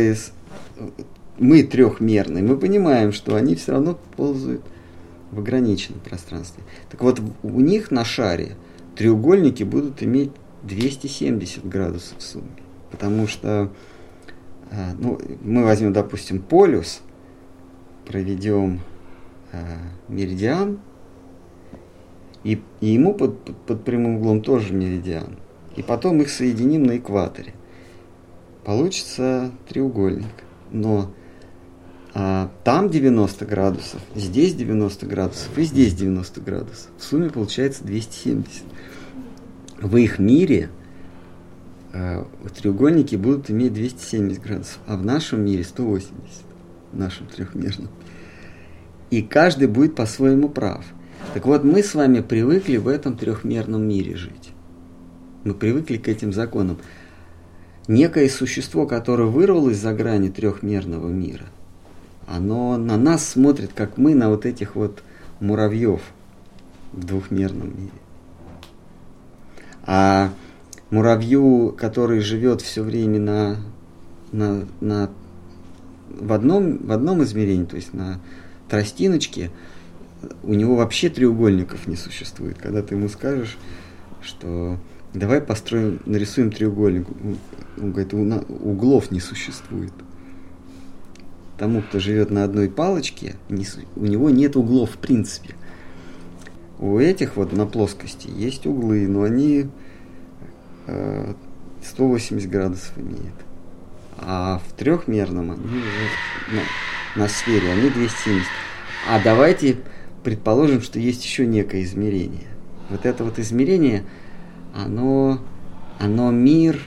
трехмерные, мы понимаем, что они все равно ползают в ограниченном пространстве. Так вот, у них на шаре треугольники будут иметь 270 градусов в сумме. Потому что мы возьмем, допустим, полюс, проведем меридиан, и ему под прямым углом тоже меридиан. И потом их соединим на экваторе. Получится треугольник. Но там 90 градусов, здесь 90 градусов и здесь 90 градусов. В сумме получается 270. В их мире треугольники будут иметь 270 градусов, а в нашем мире 180, в нашем трехмерном. И каждый будет по-своему прав. Так вот, мы с вами привыкли в этом трехмерном мире жить. Мы привыкли к этим законам. Некое существо, которое вырвалось за грани трехмерного мира, оно на нас смотрит, как мы на вот этих вот муравьев в двухмерном мире. А муравью, который живет все время в одном измерении, то есть на тростиночке, у него вообще треугольников не существует. Когда ты ему скажешь, что давай нарисуем треугольник, он говорит, углов не существует. Тому, кто живет на одной палочке, у него нет углов в принципе. У этих вот на плоскости есть углы, но они 180 градусов имеют. А в трехмерном они уже на сфере, они 270. А давайте предположим, что есть еще некое измерение. Вот это вот измерение, оно мир,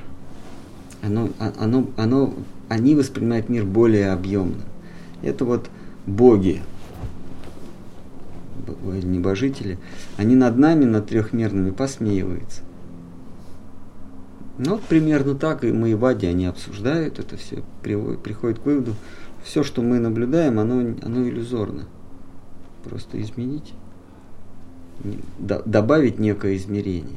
они воспринимают мир более объемно. Это вот боги, небожители, они над нами, над трехмерными, посмеиваются. Ну, вот примерно так и Майявади, они обсуждают это все, приходят к выводу, все, что мы наблюдаем, оно иллюзорно. Просто изменить, добавить некое измерение.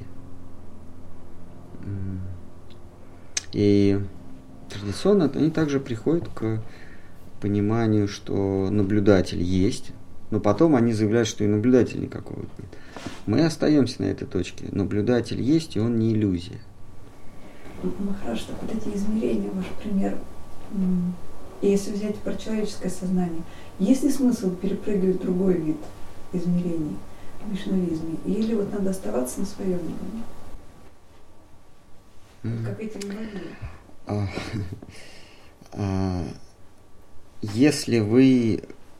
И традиционно они также приходят к пониманию, что наблюдатель есть, но потом они заявляют, что и наблюдателя никакого нет. Мы остаемся на этой точке. Наблюдатель есть, и он не иллюзия. Махарадж, так вот эти измерения, ваш пример, если взять про человеческое сознание, есть ли смысл перепрыгивать в другой вид измерений в вишнавизме? Или вот надо оставаться на своем уровне? Как эти многие? Если вы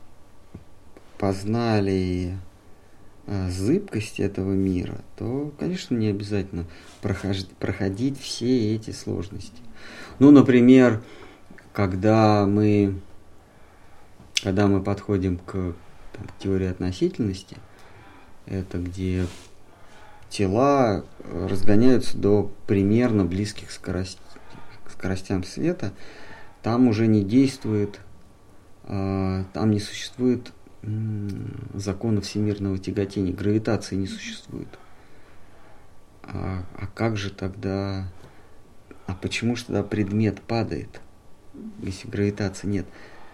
познали зыбкость этого мира, то, конечно, не обязательно проходить все эти сложности. Ну, например, когда мы подходим к теории относительности, это где тела разгоняются до примерно близких скоростям света, там уже не действует, там не существует закона всемирного тяготения, гравитации не существует. А как же тогда, почему же тогда предмет падает, если гравитации нет?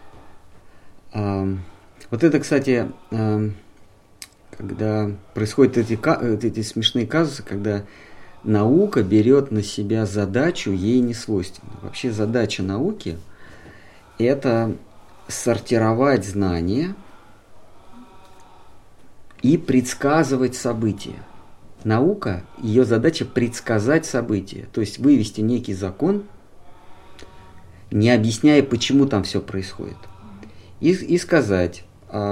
Вот это, кстати, когда происходят эти смешные казусы, когда наука берет на себя задачу, ей не свойственную. Вообще задача науки – это сортировать знания и предсказывать события. Наука, ее задача предсказать события, то есть вывести некий закон, не объясняя, почему там все происходит. И сказать,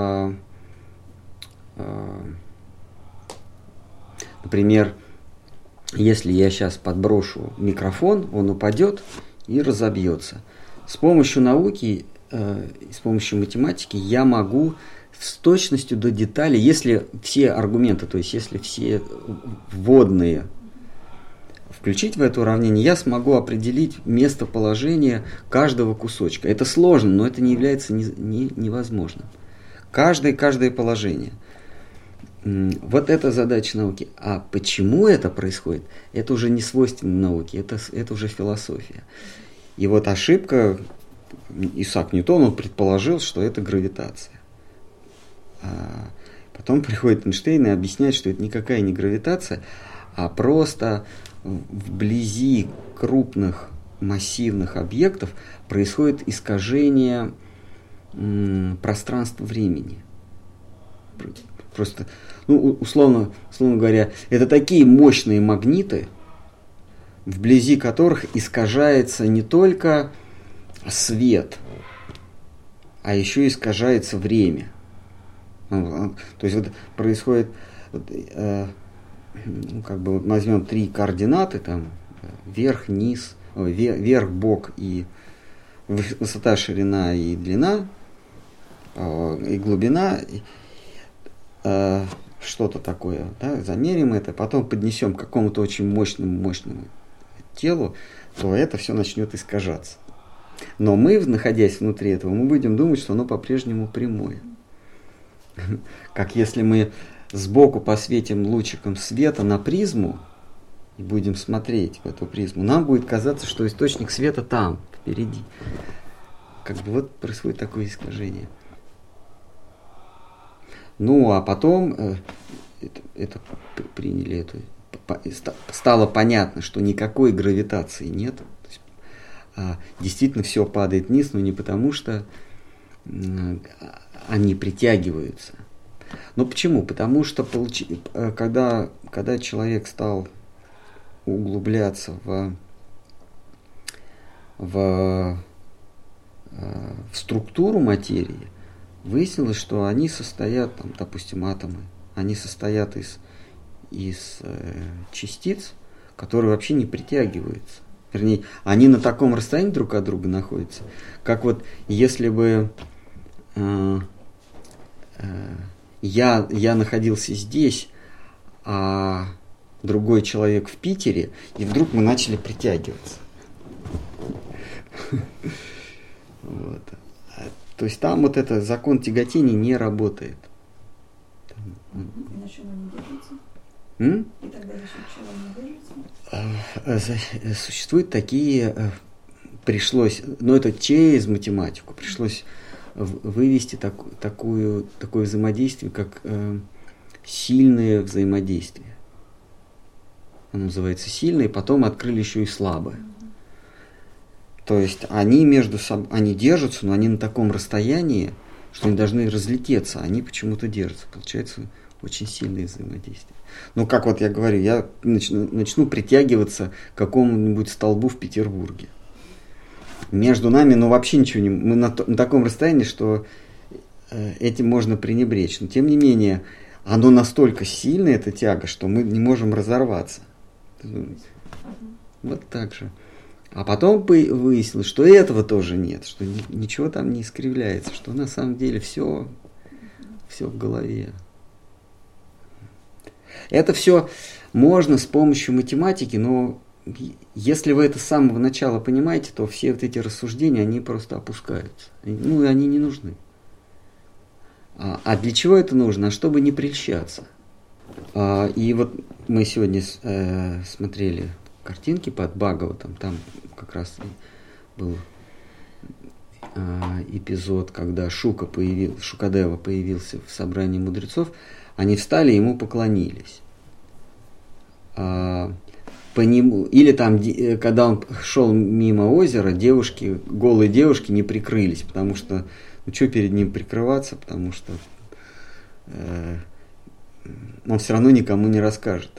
например, если я сейчас подброшу микрофон, он упадет и разобьется. С помощью науки, с помощью математики я могу с точностью до деталей, если все аргументы, то есть если все вводные включить в это уравнение, я смогу определить местоположение каждого кусочка. Это сложно, но это не является невозможным. Каждое положение. Вот это задача науки. А почему это происходит, это уже не свойственно науке, это уже философия. И вот ошибка, Исаак Ньютон, он предположил, что это гравитация. Потом приходит Эйнштейн и объясняет, что это никакая не гравитация, а просто вблизи крупных массивных объектов происходит искажение пространства-времени. Просто, условно говоря, это такие мощные магниты, вблизи которых искажается не только свет, а еще искажается время. То есть вот происходит, возьмем 3 координаты, там вверх, низ, вверх, бок и высота, ширина и длина, и глубина, что-то такое, да, замерим это, потом поднесем к какому-то очень мощному телу, то это все начнет искажаться. Но мы, находясь внутри этого, мы будем думать, что оно по-прежнему прямое. Как если мы сбоку посветим лучиком света на призму и будем смотреть в эту призму, нам будет казаться, что источник света там, впереди. Вот происходит такое искажение. А потом это приняли, стало понятно, что никакой гравитации нет. То есть, действительно все падает вниз, но не потому, что они притягиваются. Но почему? Потому что когда человек стал углубляться в структуру материи, выяснилось, что они состоят, там, допустим, атомы, они состоят из частиц, которые вообще не притягиваются. Вернее, они на таком расстоянии друг от друга находятся, как вот если бы я находился здесь, а другой человек в Питере, и вдруг мы начали притягиваться. Вот. То есть там вот этот закон тяготения не работает. И на чем они держатся? И тогда за счет чего они держатся? Существуют такие, это через математику, пришлось вывести такое взаимодействие, как сильное взаимодействие. Оно называется сильное, и потом открыли еще и слабое. То есть они между собой, они держатся, но они на таком расстоянии, что они должны разлететься, они почему-то держатся. Получается очень сильное взаимодействие. Ну, как вот я говорю, я начну притягиваться к какому-нибудь столбу в Петербурге. Между нами, вообще ничего не... Мы на таком расстоянии, что этим можно пренебречь. Но, тем не менее, оно настолько сильное, эта тяга, что мы не можем разорваться. Вот так же. А потом выяснилось, что этого тоже нет, что ничего там не искривляется, что на самом деле все в голове. Это все можно с помощью математики, но если вы это с самого начала понимаете, то все вот эти рассуждения, они просто опускаются. Ну, и они не нужны. А для чего это нужно? А чтобы не прельщаться. И вот мы сегодня смотрели картинки под Бхагаватам, там как раз был эпизод, когда Шукадева появился в собрании мудрецов, они встали и ему поклонились. Или там, когда он шел мимо озера, голые девушки не прикрылись, потому что, что перед ним прикрываться, потому что он все равно никому не расскажет.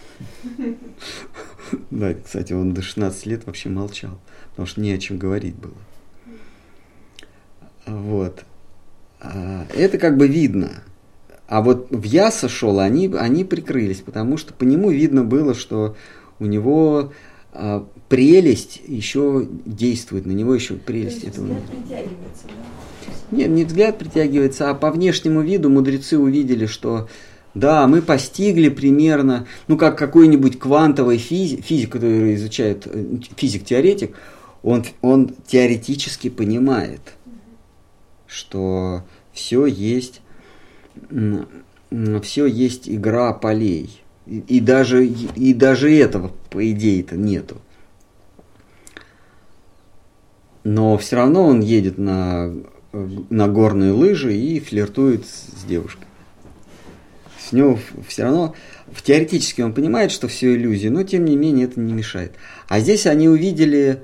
Да, кстати, он до 16 лет вообще молчал, потому что не о чем говорить было. Вот. Это как бы видно. А вот в Яса шел, они прикрылись, потому что по нему видно было, что у него прелесть еще действует, на него еще прелесть. То есть взгляд притягивается, да? Нет, не взгляд притягивается, а по внешнему виду мудрецы увидели, что да, мы постигли примерно, как какой-нибудь квантовый физик, который изучает, физик-теоретик, он теоретически понимает, что все есть игра полей. И даже этого, по идее-то, нету. Но все равно он едет на горные лыжи и флиртует с девушкой. С него все равно, теоретически он понимает, что все иллюзии, но тем не менее это не мешает. А здесь они увидели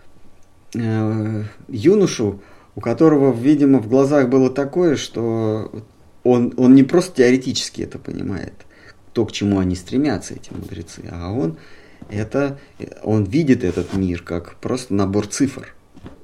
юношу, у которого, видимо, в глазах было такое, что он не просто теоретически это понимает, то, к чему они стремятся, эти мудрецы, а он видит этот мир как просто набор цифр.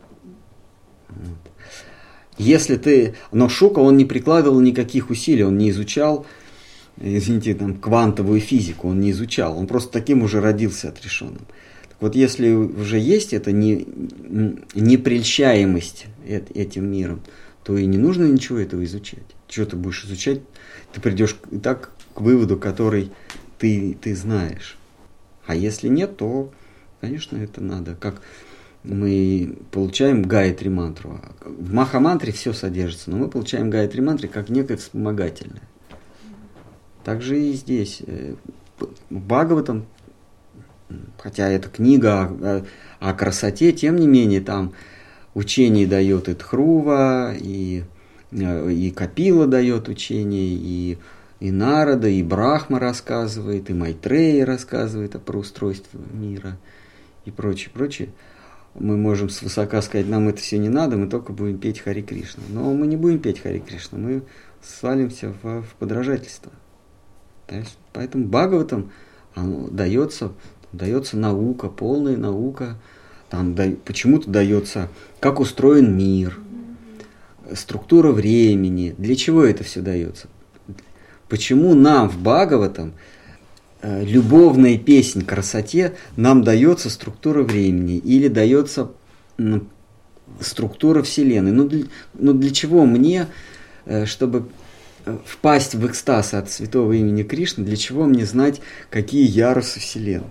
Вот. Но Шука, он не прикладывал никаких усилий, он не изучал, квантовую физику, он не изучал, он просто таким уже родился отрешенным. Так вот, если уже есть эта непрельщаемость этим миром, то и не нужно ничего этого изучать. Что ты будешь изучать? Ты придешь и так к выводу, который ты знаешь. А если нет, то, конечно, это надо. Как мы получаем Гайатри мантру. В Маха-мантре все содержится, но мы получаем Гайатри мантру как некое вспомогательное. Так же и здесь. Бхагаватам, хотя это книга о красоте, тем не менее, там учение дает и Дхрува, и Капила дает учение, и Нарада, и Брахма рассказывает, и Майтрея рассказывает про устройство мира и прочее, прочее. Мы можем свысока сказать, нам это все не надо, мы только будем петь Хари Кришна. Но мы не будем петь Хари Кришна, мы свалимся в подражательство. Поэтому Бхагаватам дается наука, полная наука. Там почему-то дается, как устроен мир, структура времени. Для чего это все дается? Почему нам в Бхагаватам любовная песнь красоте нам дается структура времени или дается структура Вселенной? Ну для чего мне, чтобы впасть в экстаз от святого имени Кришны, для чего мне знать, какие ярусы Вселенной?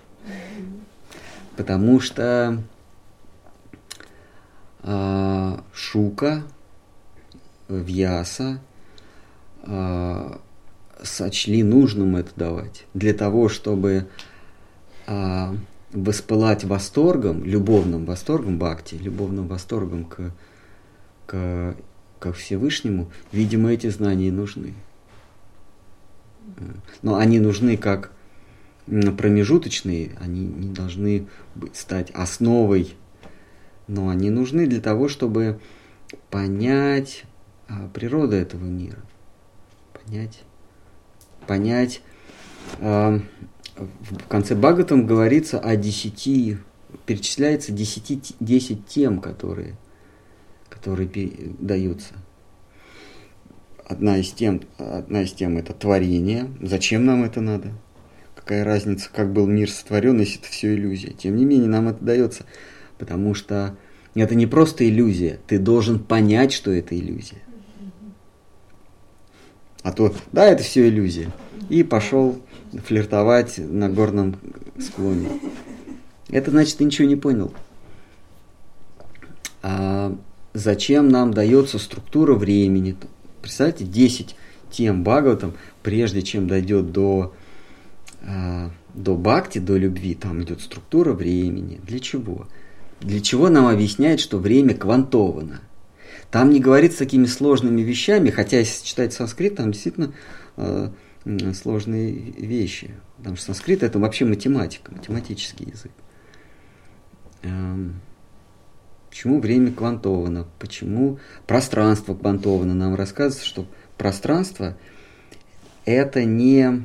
Потому что Шука, Вьяса сочли нужным это давать для того, чтобы воспылать восторгом, любовным восторгом бхакти, любовным восторгом к Всевышнему. Видимо, эти знания нужны. Но они нужны как промежуточные, они не должны стать основой, но они нужны для того, чтобы понять природу этого мира, понять. В конце Бхагаватам говорится о 10, перечисляется 10 тем, которые даются. Одна из тем это творение. Зачем нам это надо? Какая разница, как был мир сотворен, если это все иллюзия? Тем не менее, нам это дается, потому что это не просто иллюзия. Ты должен понять, что это иллюзия. А то, да, это все иллюзия. И пошел флиртовать на горном склоне. Это значит, ты ничего не понял. А зачем нам дается структура времени? Представьте, 10 тем Бхагаватам, прежде чем дойдет до бхакти, до любви, там идет структура времени. Для чего? Для чего нам объясняет, что время квантовано? Там не говорится такими сложными вещами, хотя если читать санскрит, там действительно сложные вещи. Потому что санскрит это вообще математика, математический язык. Почему время квантовано? Почему пространство квантовано? Нам рассказывается, что пространство это не...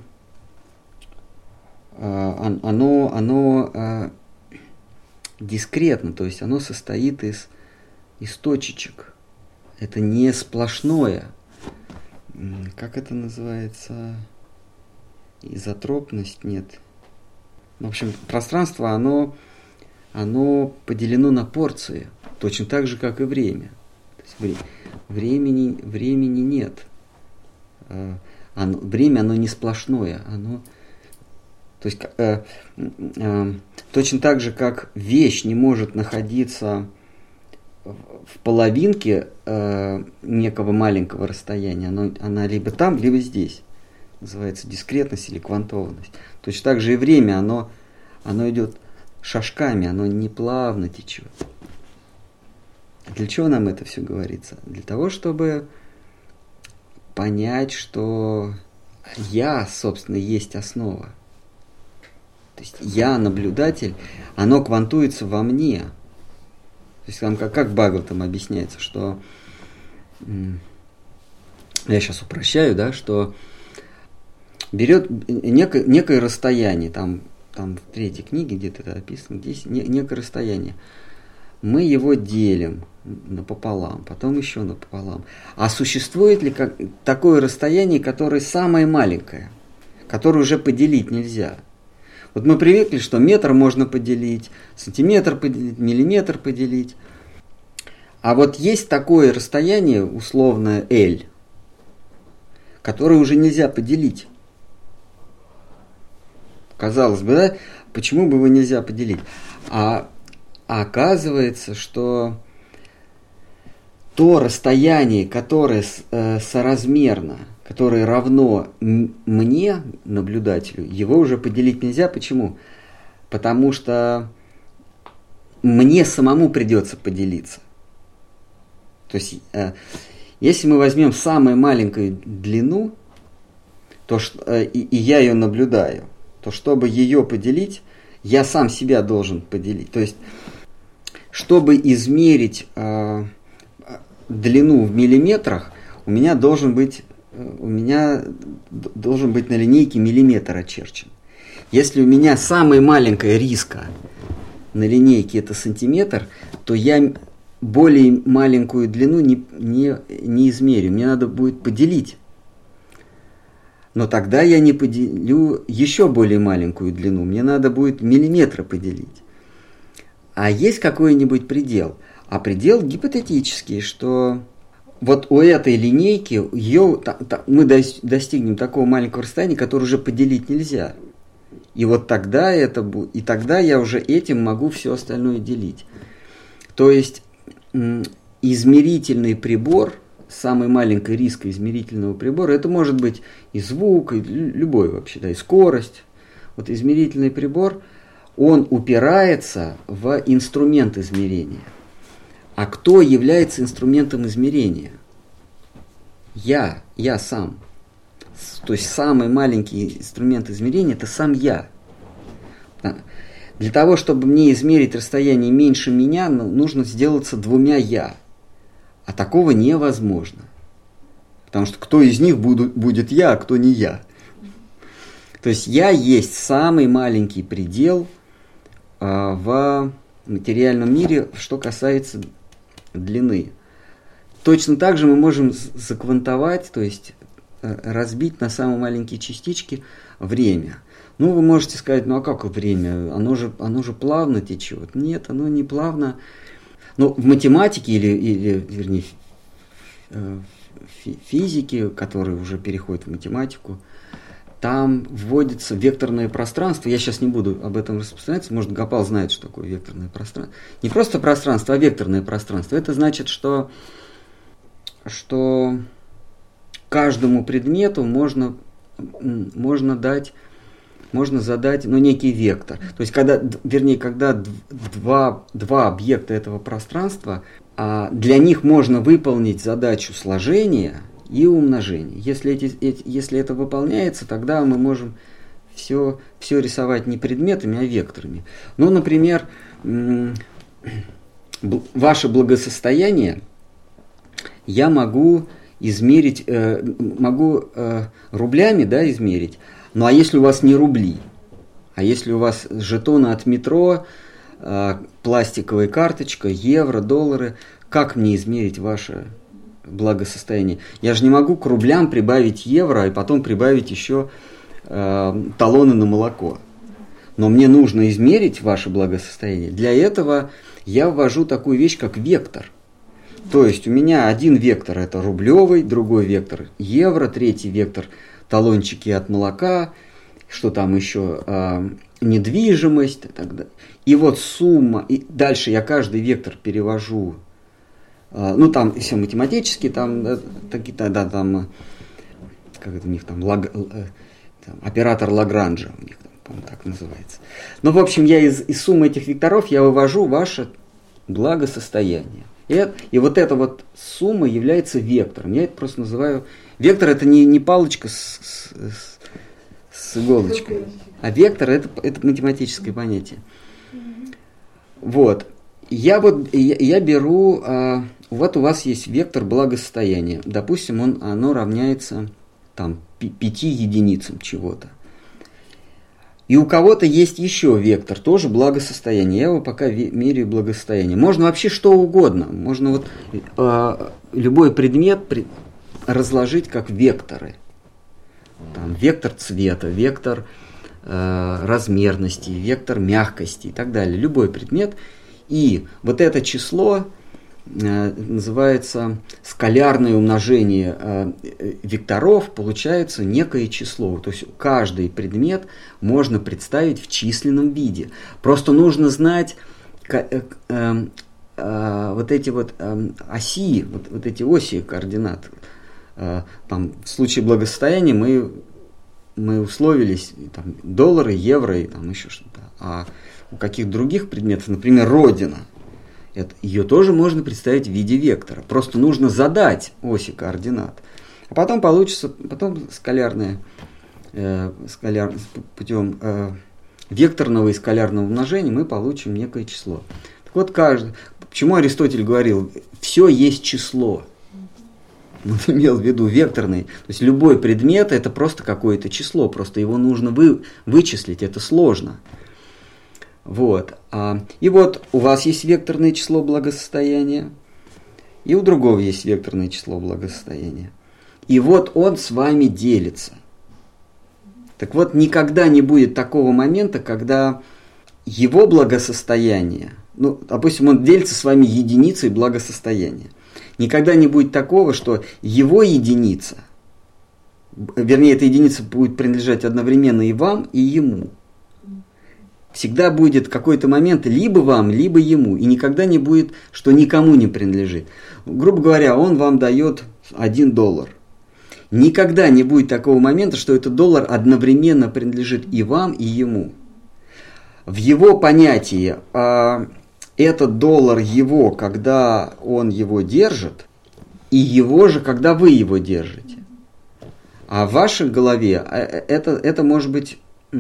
Оно дискретно, то есть оно состоит из точечек. Это не сплошное. Как это называется? Изотропность? Нет. В общем, пространство, оно поделено на порции. Точно так же, как и время. То есть времени нет. Время, оно не сплошное. То есть, точно так же, как вещь не может находиться в половинке некого маленького расстояния, она либо там, либо здесь. Называется дискретность или квантованность. Точно так же и время, оно идет шажками, оно не плавно течет. Для чего нам это все говорится? Для того, чтобы понять, что я, собственно, есть основа. То есть я, наблюдатель, оно квантуется во мне. То есть там как в Бхагаватам объясняется, что я сейчас упрощаю, да, что берет некое расстояние, там в 3 книге где-то это описано, здесь некое расстояние. Мы его делим напополам, потом еще напополам. А существует ли такое расстояние, которое самое маленькое, которое уже поделить нельзя? Вот мы привыкли, что метр можно поделить, сантиметр поделить, миллиметр поделить. А вот есть такое расстояние, условно L, которое уже нельзя поделить. Казалось бы, да? Почему бы его нельзя поделить? А оказывается, что то расстояние, которое соразмерно, которое равно мне, наблюдателю, его уже поделить нельзя. Почему? Потому что мне самому придется поделиться. То есть, если мы возьмем самую маленькую длину, и я ее наблюдаю, то чтобы ее поделить, я сам себя должен поделить. То есть, чтобы измерить длину в миллиметрах, у меня должен быть на линейке миллиметр очерчен. Если у меня самая маленькая риска на линейке это сантиметр, то я более маленькую длину не измерю, мне надо будет поделить. Но тогда я не поделю еще более маленькую длину, мне надо будет миллиметры поделить. А есть какой-нибудь предел? А предел гипотетический, что вот у этой линейки мы достигнем такого маленького расстояния, которое уже поделить нельзя. И вот тогда тогда я уже этим могу все остальное делить. То есть измерительный прибор, самый маленький риск измерительного прибора, это может быть и звук, и любой вообще, да, и скорость. Вот измерительный прибор, он упирается в инструмент измерения. А кто является инструментом измерения? Я сам. То есть самый маленький инструмент измерения – это сам я. Для того, чтобы мне измерить расстояние меньше меня, нужно сделаться двумя я. А такого невозможно. Потому что кто из них будет я, а кто не я. То есть я есть самый маленький предел в материальном мире, что касается длины. Точно так же мы можем заквантовать, то есть разбить на самые маленькие частички время. Ну, вы можете сказать, а как время? Оно же плавно течет. Нет, оно не плавно. Но в математике вернее, физике, которые уже переходят в математику, там вводится векторное пространство. Я сейчас не буду об этом распространяться. Может, Гопал знает, что такое векторное пространство. Не просто пространство, а векторное пространство. Это значит, что каждому предмету можно задать некий вектор. То есть, когда два объекта этого пространства, для них можно выполнить задачу сложения и умножения. Если это выполняется, тогда мы можем все рисовать не предметами, а векторами. Ну, например, ваше благосостояние я могу измерить, рублями, да, измерить. Ну, а если у вас не рубли, а если у вас жетоны от метро, пластиковая карточка, евро, доллары, как мне измерить ваше благосостояние? Я же не могу к рублям прибавить евро, и потом прибавить еще талоны на молоко. Но мне нужно измерить ваше благосостояние. Для этого я ввожу такую вещь, как вектор. То есть у меня один вектор – это рублевый, другой вектор – евро, третий вектор – талончики от молока, что там еще, недвижимость и так далее. И вот сумма, и дальше я каждый вектор перевожу, там все математически, там, как это у них там, оператор Лагранжа, у них там, по-моему, так называется. Но, в общем, я из суммы этих векторов я вывожу ваше благосостояние. И вот эта вот сумма является вектором. Я это просто называю... Вектор – это не палочка с иголочкой, а вектор – это математическое понятие. Вот. Я беру... Вот у вас есть вектор благосостояния. Допустим, оно равняется 5 единицам чего-то. И у кого-то есть еще вектор, тоже благосостояние. Я его пока меряю благосостояние. Можно вообще что угодно. Можно любой предмет разложить как векторы. Там, вектор цвета, вектор размерности, вектор мягкости и так далее. Любой предмет. И вот это число называется скалярное умножение векторов, получается некое число. То есть каждый предмет можно представить в численном виде. Просто нужно знать вот эти вот оси, вот эти оси координат. Там, в случае благосостояния мы условились там, доллары, евро и там еще что-то. А у каких других предметов, например, Родина, ее тоже можно представить в виде вектора. Просто нужно задать оси координат. А потом получится путем векторного и скалярного умножения мы получим некое число. Так вот, почему Аристотель говорил, все есть число. Он имел в виду векторный. То есть любой предмет это просто какое-то число, просто его нужно вычислить, это сложно. Вот. И вот у вас есть векторное число благосостояния, и у другого есть векторное число благосостояния. И вот он с вами делится. Так вот, никогда не будет такого момента, когда его благосостояние, ну, допустим, он делится с вами единицей благосостояния. Никогда не будет такого, что его единица, вернее, эта единица будет принадлежать одновременно и вам, и ему. Всегда будет какой-то момент либо вам, либо ему. И никогда не будет, что никому не принадлежит. Грубо говоря, он вам дает $1. Никогда не будет такого момента, что этот доллар одновременно принадлежит и вам, и ему. В его понятии этот доллар его, когда он его держит, и его же, когда вы его держите. А в вашей голове это может быть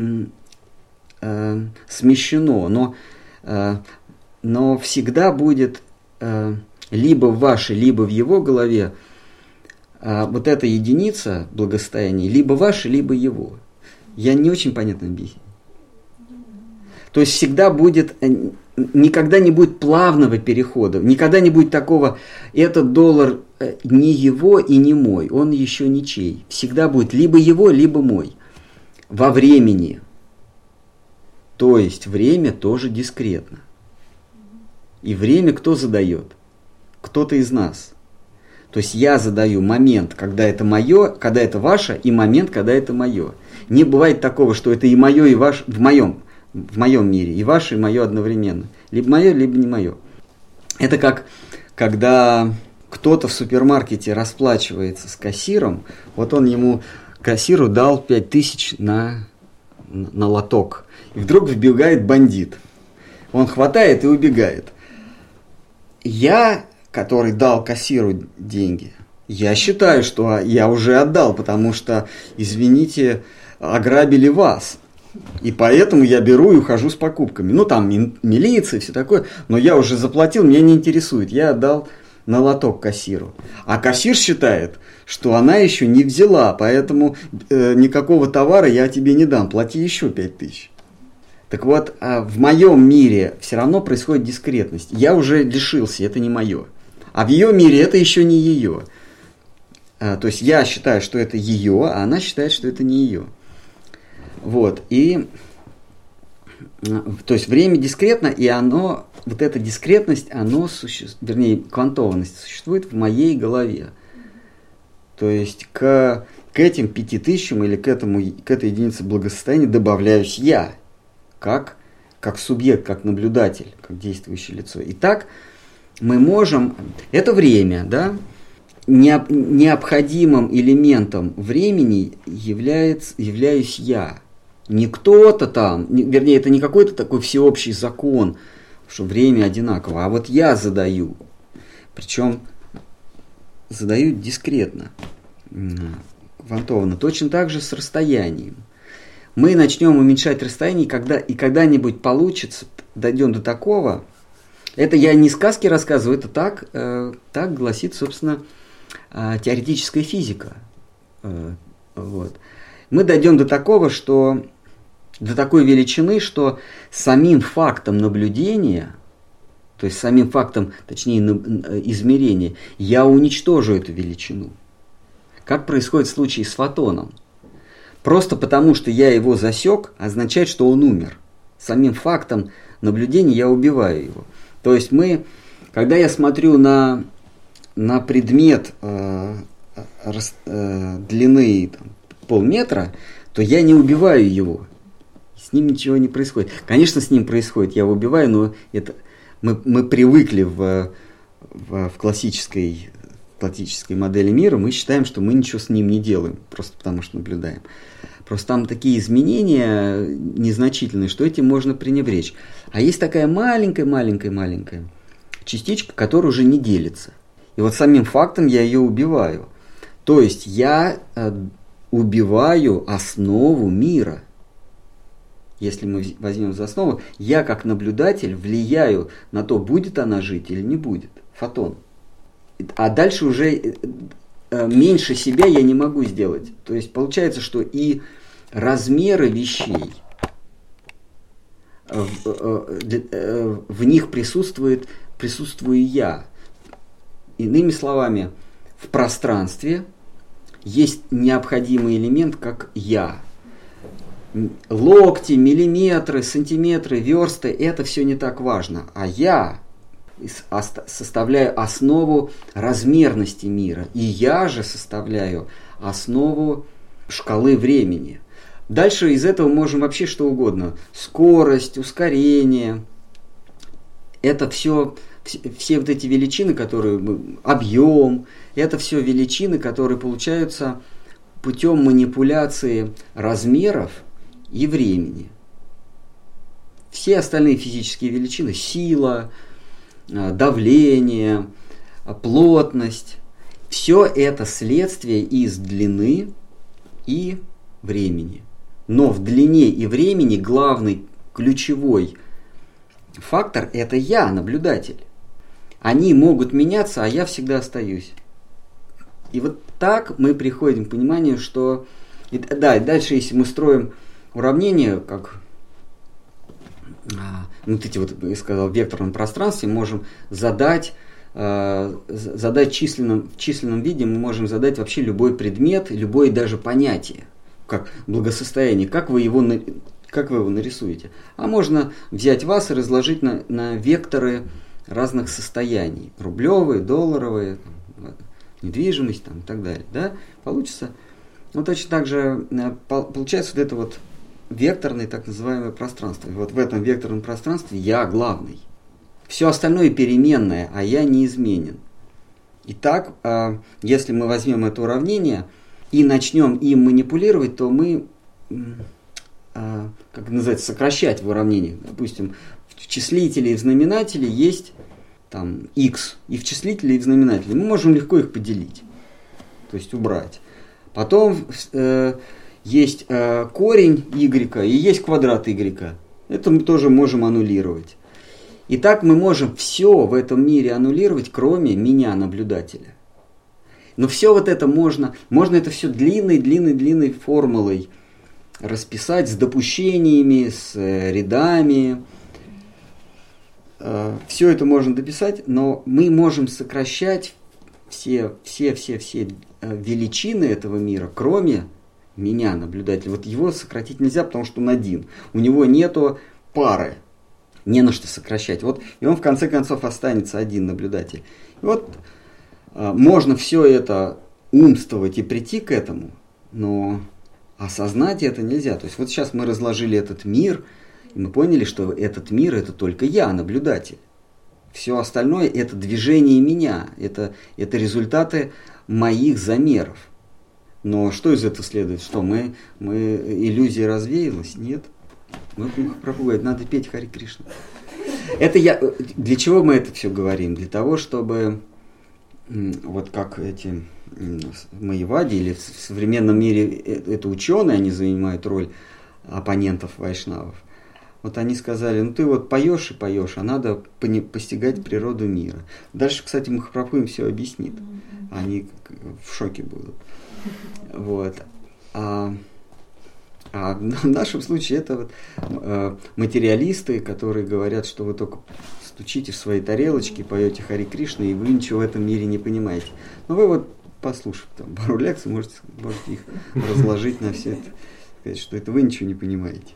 смещено, но всегда будет либо в вашей, либо в его голове вот эта единица благосостояния, либо ваша, либо его. Я не очень понятно объясню. То есть всегда будет, никогда не будет плавного перехода, никогда не будет такого, этот доллар не его и не мой, он еще ничей. Всегда будет либо его, либо мой. Во времени. То есть время тоже дискретно. И время кто задает? Кто-то из нас. То есть я задаю момент, когда это мое, когда это ваше, и момент, когда это мое. Не бывает такого, что это и мое, и ваше в моем мире, и ваше, и мое одновременно. Либо мое, либо не мое. Это как, когда кто-то в супермаркете расплачивается с кассиром, вот он ему, кассиру дал 5000 на лоток. И вдруг вбегает бандит. Он хватает и убегает. Я, который дал кассиру деньги, я считаю, что я уже отдал, потому что, извините, ограбили вас. И поэтому я беру и ухожу с покупками. Ну, там милиция, все такое. Но я уже заплатил, меня не интересует. Я отдал на лоток кассиру. А кассир считает, что она еще не взяла, поэтому никакого товара я тебе не дам. Плати еще 5000. Так вот, в моем мире все равно происходит дискретность. Я уже лишился, это не мое. А в ее мире это еще не ее. То есть я считаю, что это ее, а она считает, что это не ее. Вот, и, то есть время дискретно, и оно, вот эта дискретность, вернее, квантованность существует в моей голове. То есть к этим 5000 или к этой единице благосостояния добавляюсь я, как субъект, как наблюдатель, как действующее лицо. Итак, мы можем, это время, да, необходимым элементом времени являюсь я. Не кто-то там, вернее, это не какой-то такой всеобщий закон, что время одинаково, а вот я задаю. Причем задаю дискретно, квантованно. Точно так же с расстоянием. Мы начнем уменьшать расстояние, и когда-нибудь получится, дойдем до такого. Это я не сказки рассказываю, это так гласит, собственно, теоретическая физика. Вот. Мы дойдем до такого, до такой величины, что самим фактом наблюдения, то есть самим фактом, точнее, измерения, я уничтожу эту величину. Как происходит в случае с фотоном. Просто потому, что я его засек, означает, что он умер. Самим фактом наблюдения я убиваю его. То есть когда я смотрю на предмет длины полметра, то я не убиваю его. С ним ничего не происходит. Конечно, с ним происходит, я его убиваю, но это мы привыкли в классической модели мира, мы считаем, что мы ничего с ним не делаем, просто потому что наблюдаем. Просто там такие изменения незначительные, что этим можно пренебречь. А есть такая маленькая частичка, которая уже не делится. И вот самим фактом я ее убиваю. То есть я убиваю основу мира. Если мы возьмем за основу, я как наблюдатель влияю на то, будет она жить или не будет. Фотон. А дальше уже меньше себя я не могу сделать. То есть получается, что и размеры вещей в них присутствую я. Иными словами, в пространстве есть необходимый элемент, как я. Локти, миллиметры, сантиметры, версты – это все не так важно. А я составляю основу размерности мира. И я же составляю основу шкалы времени. Дальше из этого можем вообще что угодно. Скорость, ускорение. Это все вот эти величины, которые объем, это все величины, которые получаются путем манипуляции размеров и времени. Все остальные физические величины, сила, давление, плотность, все это следствие из длины и времени. Но в длине и времени главный, ключевой фактор – это я, наблюдатель. Они могут меняться, а я всегда остаюсь. И вот так мы приходим к пониманию, что... Да, и дальше, если мы строим уравнение, как вот эти вот, я сказал, в векторном пространстве, можем задать в численном виде, мы можем задать вообще любой предмет, любое даже понятие, как благосостояние, как вы его нарисуете. А можно взять вас и разложить на векторы разных состояний. Рублевые, долларовые, недвижимость там, и так далее. Да? Получится. Ну, точно так же получается вот это вот векторное так называемое пространство. И вот в этом векторном пространстве я главный. Все остальное переменное, а я неизменен. Итак, если мы возьмем это уравнение и начнем им манипулировать, то мы, как называется, сокращать в уравнении. Допустим, в числителе и в знаменателе есть там x, и в числителе, и в знаменателе. Мы можем легко их поделить, то есть убрать. Потом есть корень y и есть квадрат y. Это мы тоже можем аннулировать. Итак, мы можем все в этом мире аннулировать, кроме меня, наблюдателя. Но все вот это можно это все длинной формулой расписать с допущениями, с рядами. Все это можно дописать, но мы можем сокращать все величины этого мира, кроме меня, наблюдателя. Вот его сократить нельзя, потому что он один. У него нету пары. Не на что сокращать. Вот, и он в конце концов останется один наблюдатель. И вот можно все это умствовать и прийти к этому, но осознать это нельзя. То есть вот сейчас мы разложили этот мир, и мы поняли, что этот мир это только я, наблюдатель. Все остальное это движение меня, это результаты моих замеров. Но что из этого следует? Что мы иллюзия развеялась? Нет. Мы пропугать, надо петь Хари Кришна. Для чего мы это все говорим? Для того, чтобы вот как эти майявади или в современном мире это ученые, они занимают роль оппонентов вайшнавов. Вот они сказали, ну ты вот поешь и поешь, а надо постигать природу мира. Дальше, кстати, Махапрабху им все объяснит. Они в шоке будут. Вот. А в нашем случае это вот, материалисты, которые говорят, что вы только стучите в свои тарелочки, поете Хари Кришна, и вы ничего в этом мире не понимаете. Но вы вот, послушав там пару лекций, можете их разложить на все это, сказать, что это вы ничего не понимаете.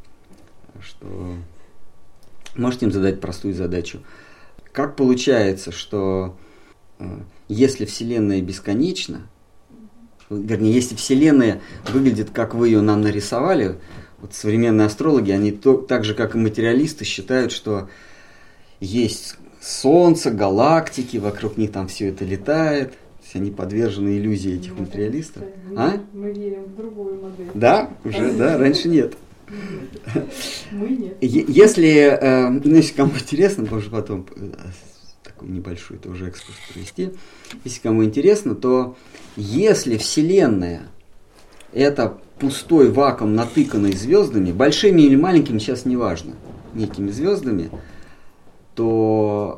Что можете им задать простую задачу. Как получается, что если Вселенная бесконечна, вернее, если Вселенная выглядит, как вы ее нам нарисовали, вот современные астрологи, они так же, как и материалисты, считают, что есть Солнце, галактики, вокруг них там все это летает. То есть они подвержены иллюзии этих материалистов. Мы верим в другую модель. Да, уже, да, раньше нет. Мы нет. Если кому интересно, можно потом такой небольшой тоже экскурс провести. Если кому интересно, то если Вселенная это пустой вакуум, натыканный звездами, большими или маленькими, сейчас не важно, некими звездами, то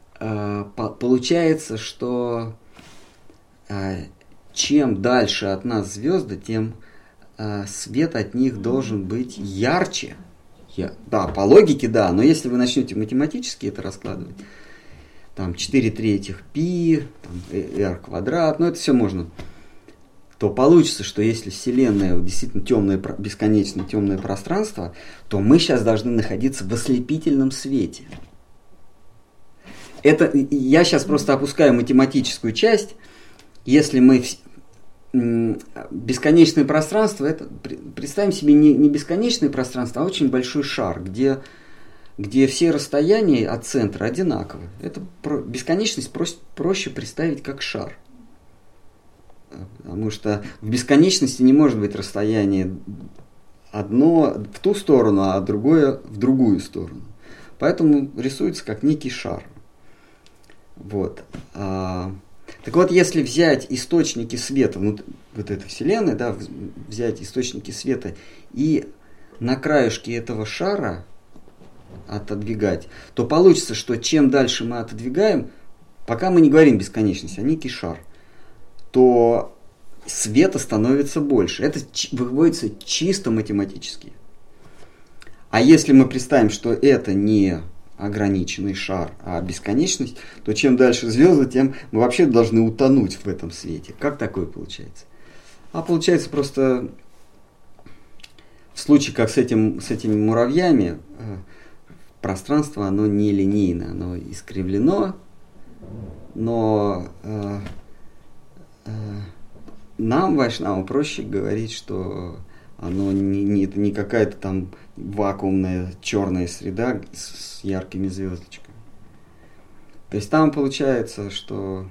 получается, что чем дальше от нас звезды, тем свет от них должен быть ярче, Да, по логике, да, но если вы начнете математически это раскладывать, там 4/3 π, там, r квадрат, это все можно, то получится, что если Вселенная действительно темное, бесконечно темное пространство, то мы сейчас должны находиться в ослепительном свете. Это я сейчас просто опускаю математическую часть. Если мы бесконечное пространство, это представим себе не бесконечное пространство, а очень большой шар, где все расстояния от центра одинаковы. Это бесконечность проще представить как шар. Потому что в бесконечности не может быть расстояние одно в ту сторону, а другое в другую сторону. Поэтому рисуется как некий шар. Вот. Так вот, если взять источники света, вот этой Вселенной, да, взять источники света и на краешке этого шара отодвигать, то получится, что чем дальше мы отодвигаем, пока мы не говорим бесконечность, а некий шар, то света становится больше. Это выводится чисто математически. А если мы представим, что это не ограниченный шар, а бесконечность, то чем дальше звезды, тем мы вообще должны утонуть в этом свете. Как такое получается? А получается просто в случае, как с этими муравьями, пространство, оно не линейно, оно искривлено, но нам, вайшнавам, проще говорить, что оно не какая-то там вакуумная черная среда с яркими звездочками. То есть там получается, что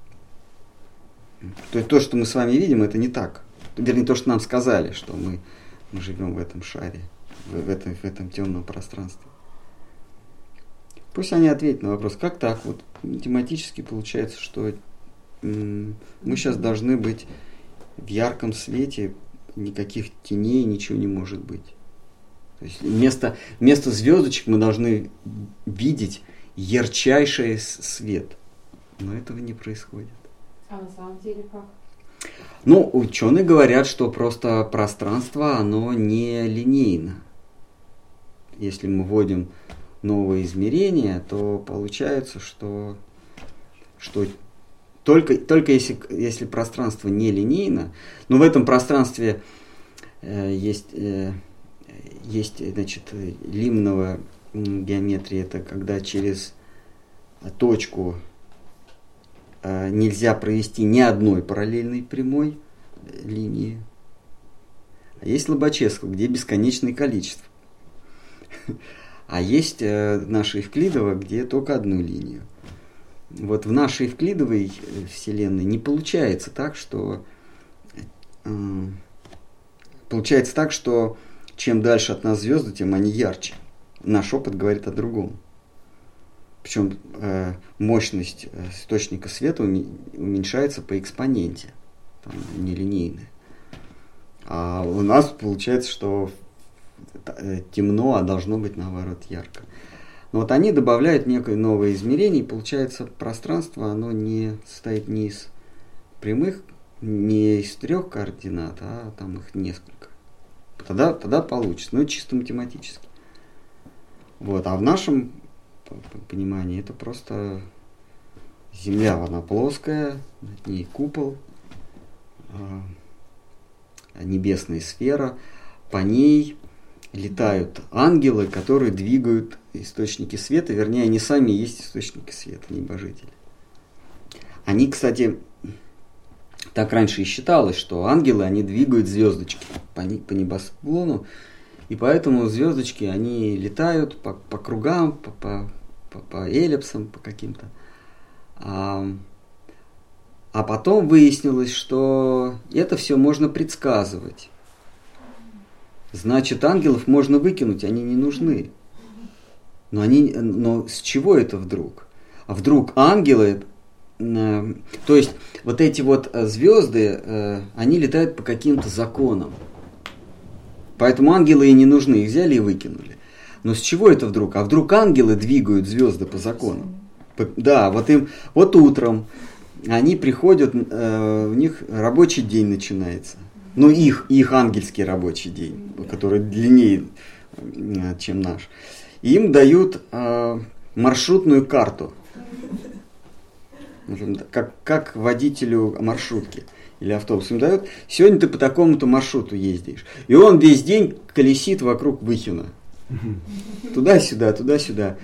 то, что мы с вами видим, это не так. Вернее, то, что нам сказали, что мы живем в этом шаре, в этом темном пространстве. Пусть они ответят на вопрос, как так? Вот математически получается, что мы сейчас должны быть в ярком свете, никаких теней, ничего не может быть. То есть вместо звездочек мы должны видеть ярчайший свет. Но этого не происходит. А на самом деле как? Ученые говорят, что просто пространство, оно не линейно. Если мы вводим новые измерения, то получается, что только если пространство не линейно, но в этом пространстве есть значит, лимновая геометрия, это когда через точку нельзя провести ни одной параллельной прямой линии. А есть Лобачевского, где бесконечное количество. А есть наша Евклидова, где только одну линию. Вот в нашей Евклидовой Вселенной не получается так, что чем дальше от нас звезды, тем они ярче. Наш опыт говорит о другом. Причем мощность источника света уменьшается по экспоненте, там, нелинейная. А у нас получается, что темно, а должно быть наоборот ярко. Но вот они добавляют некое новое измерение, и получается пространство, оно не состоит не из прямых, не из 3 координат, а там их несколько. Тогда получится, чисто математически. Вот. А в нашем понимании это просто Земля, она плоская, над ней купол, небесная сфера, по ней летают ангелы, которые двигают источники света, вернее, они сами есть источники света, небожители. Они, кстати, так раньше и считалось, что ангелы, они двигают звездочки по небосклону, и поэтому звездочки, они летают по кругам, по эллипсам, по каким-то. А потом выяснилось, что это все можно предсказывать. Значит, ангелов можно выкинуть, они не нужны. Но с чего это вдруг? А вдруг ангелы, то есть вот эти вот звезды, они летают по каким-то законам. Поэтому ангелы и не нужны, их взяли и выкинули. Но с чего это вдруг? А вдруг ангелы двигают звезды по законам? Да, вот утром они приходят, у них рабочий день начинается. Их ангельский рабочий день, который длиннее чем наш. И им дают маршрутную карту. Как водителю маршрутки или автобуса им дают. Сегодня ты по такому-то маршруту ездишь. И он весь день колесит вокруг Выхина. Туда-сюда, туда-сюда.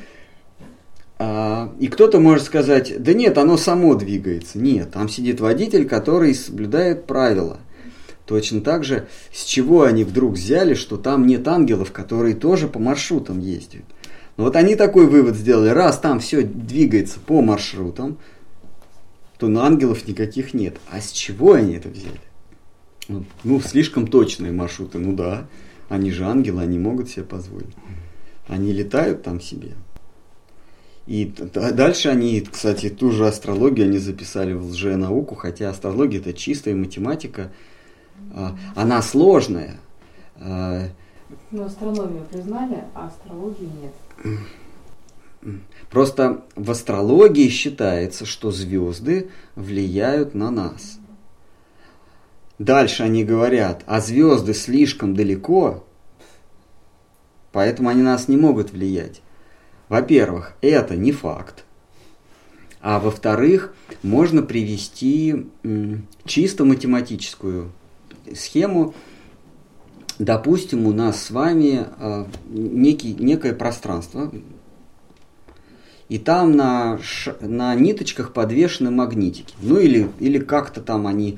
И кто-то может сказать, да нет, оно само двигается. Нет, там сидит водитель, который соблюдает правила. Точно так же, с чего они вдруг взяли, что там нет ангелов, которые тоже по маршрутам ездят. Но вот они такой вывод сделали, раз там все двигается по маршрутам, то ангелов никаких нет. А с чего они это взяли? Ну, слишком точные маршруты, ну да, они же ангелы, они могут себе позволить. Они летают там себе. И дальше они, кстати, ту же астрологию они записали в лженауку, хотя астрология это чистая математика, она сложная. Но астрономию признали, а астрологии нет. Просто в астрологии считается, что звезды влияют на нас. Дальше они говорят, а звезды слишком далеко, поэтому они на нас не могут влиять. Во-первых, это не факт. А во-вторых, можно привести чисто математическую схему. Допустим, у нас с вами некое пространство, и там на ниточках подвешены магнитики. Ну или как-то там они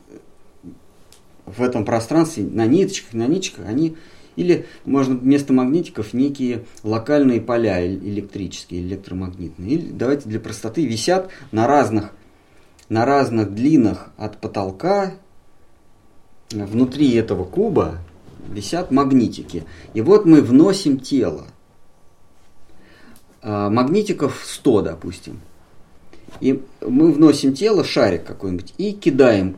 в этом пространстве на ниточках они... Или можно вместо магнитиков некие локальные поля электрические, электромагнитные. Или давайте для простоты висят на разных длинах от потолка, внутри этого куба висят магнитики. И вот мы вносим тело. Магнитиков 100, допустим. И мы вносим тело, шарик какой-нибудь, и кидаем.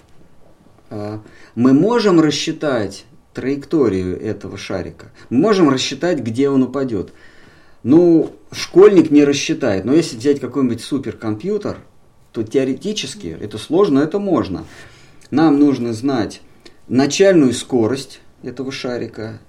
Мы можем рассчитать траекторию этого шарика. Мы можем рассчитать, где он упадет. Ну, школьник не рассчитает. Но если взять какой-нибудь суперкомпьютер, то теоретически это сложно, это можно. Нам нужно знать начальную скорость этого шарика,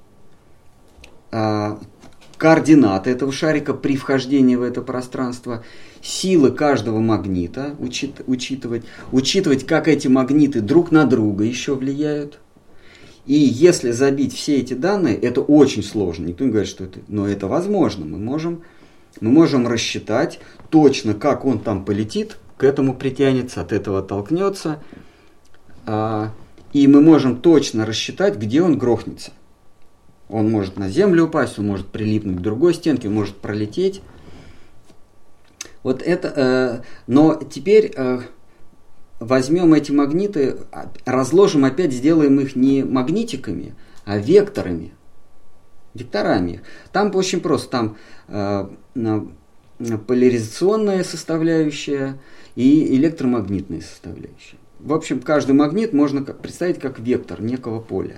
координаты этого шарика при вхождении в это пространство, силы каждого магнита учитывать, как эти магниты друг на друга еще влияют. И если забить все эти данные, это очень сложно. Никто не говорит, что это... Но это возможно. Мы можем рассчитать точно, как он там полетит, к этому притянется, от этого оттолкнется. И мы можем точно рассчитать, где он грохнется. Он может на землю упасть, он может прилипнуть к другой стенке, он может пролететь. Вот это... Но теперь... Возьмем эти магниты, разложим опять, сделаем их не магнитиками, а векторами, векторами. Там очень просто, там поляризационная составляющая и электромагнитная составляющая. В общем, каждый магнит можно представить как вектор некого поля.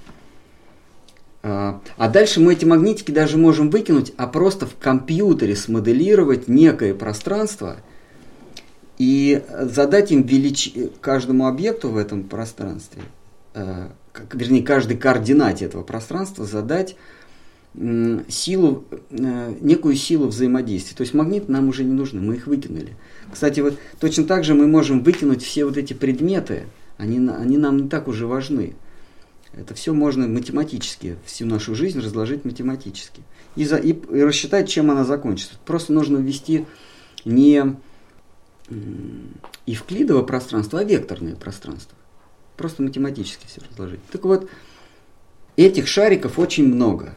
А дальше мы эти магнитики даже можем выкинуть, а просто в компьютере смоделировать некое пространство и задать им каждому объекту в этом пространстве, вернее, каждой координате этого пространства задать некую силу взаимодействия. То есть магниты нам уже не нужны, мы их выкинули. Кстати, вот точно так же мы можем выкинуть все вот эти предметы, они нам не так уже важны. Это все можно математически, всю нашу жизнь разложить математически. И рассчитать, чем она закончится. Просто нужно ввести не евклидово пространство, а векторное пространство. Просто математически все разложить. Так вот, этих шариков очень много.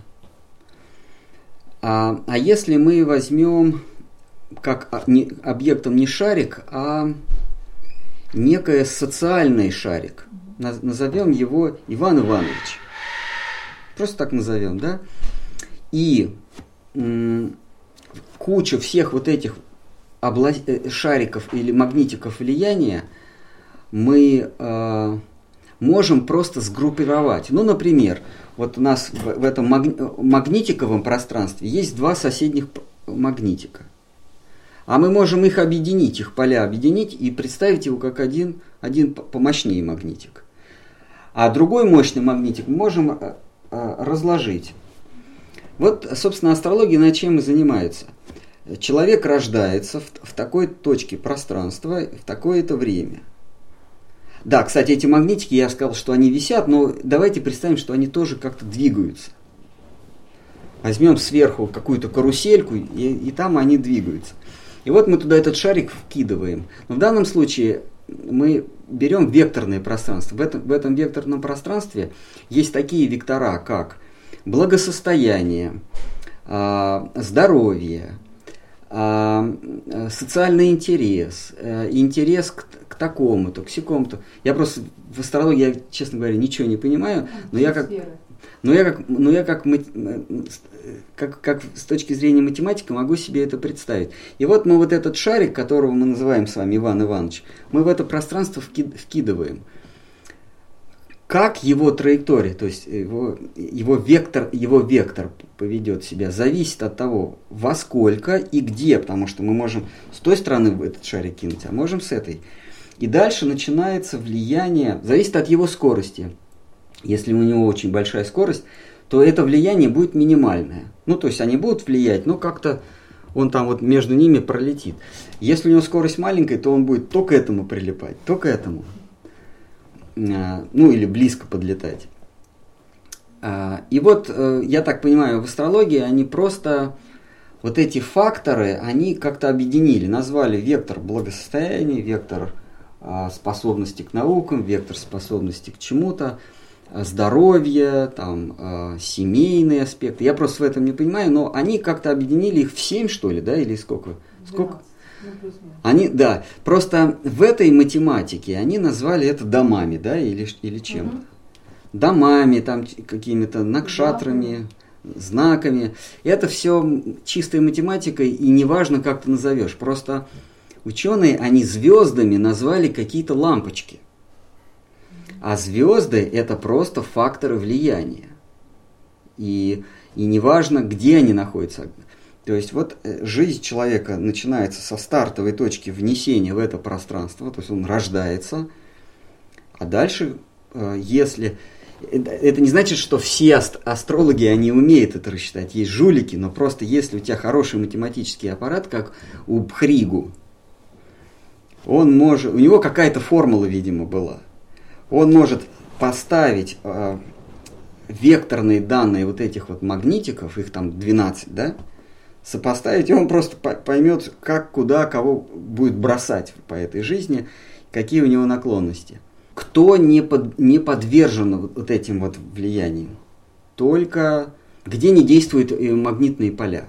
А если мы возьмем как объектом не шарик, а некий социальный шарик, назовем его Иван Иванович. Просто так назовем, да? И куча всех вот этих шариков или магнитиков влияния мы можем просто сгруппировать. Ну, например, вот у нас в этом магнитиковом пространстве есть два соседних магнитика. А мы можем их объединить, их поля объединить и представить его как один помощнее магнитик. А другой мощный магнитик мы можем разложить. Вот, собственно, астрология над чем и занимается. Человек рождается в такой точке пространства в такое-то время. Да, кстати, эти магнитики, я сказал, что они висят, но давайте представим, что они тоже как-то двигаются. Возьмем сверху какую-то карусельку, и там они двигаются. И вот мы туда этот шарик вкидываем. Но в данном случае мы берем векторное пространство. В этом векторном пространстве есть такие вектора, как благосостояние, здоровье, социальный интерес, интерес к такому-то, к сякому-то. Я просто в астрологии, я, честно говоря, ничего не понимаю, но я как с точки зрения математики могу себе это представить. И вот мы вот этот шарик, которого мы называем с вами Иван Иванович, мы в это пространство вкидываем. Как его траектория, то есть его вектор поведет себя, зависит от того, во сколько и где, потому что мы можем с той стороны в этот шарик кинуть, а можем с этой. И дальше начинается влияние, зависит от его скорости. Если у него очень большая скорость, то это влияние будет минимальное. Ну, то есть они будут влиять, но как-то он там вот между ними пролетит. Если у него скорость маленькая, то он будет то к этому прилипать, то к этому. Ну, или близко подлетать. И вот, я так понимаю, в астрологии они просто, вот эти факторы, они как-то объединили, назвали вектор благосостояния, вектор способности к наукам, вектор способности к чему-то, здоровье, там, семейные аспекты. Я просто в этом не понимаю, но они как-то объединили их в 7, что ли, да, или сколько? 12. Они, да, просто в этой математике они назвали это домами, да, или чем-то. Домами, там, какими-то накшатрами, знаками. Это все чистой математикой, и неважно, как ты назовешь. Просто ученые, они звездами назвали какие-то лампочки. А звезды – это просто факторы влияния. И неважно, где они находятся. То есть вот жизнь человека начинается со стартовой точки внесения в это пространство, то есть он рождается, а дальше, если... Это не значит, что все астрологи, они умеют это рассчитать, есть жулики, но просто если у тебя хороший математический аппарат, как у Бхригу, он может... У него какая-то формула, видимо, была. Он может поставить векторные данные вот этих вот магнитиков, их там 12, да, сопоставить, и он просто поймет, как, куда, кого будет бросать по этой жизни, какие у него наклонности. Кто не подвержен вот этим вот влияниям? Только где не действуют магнитные поля.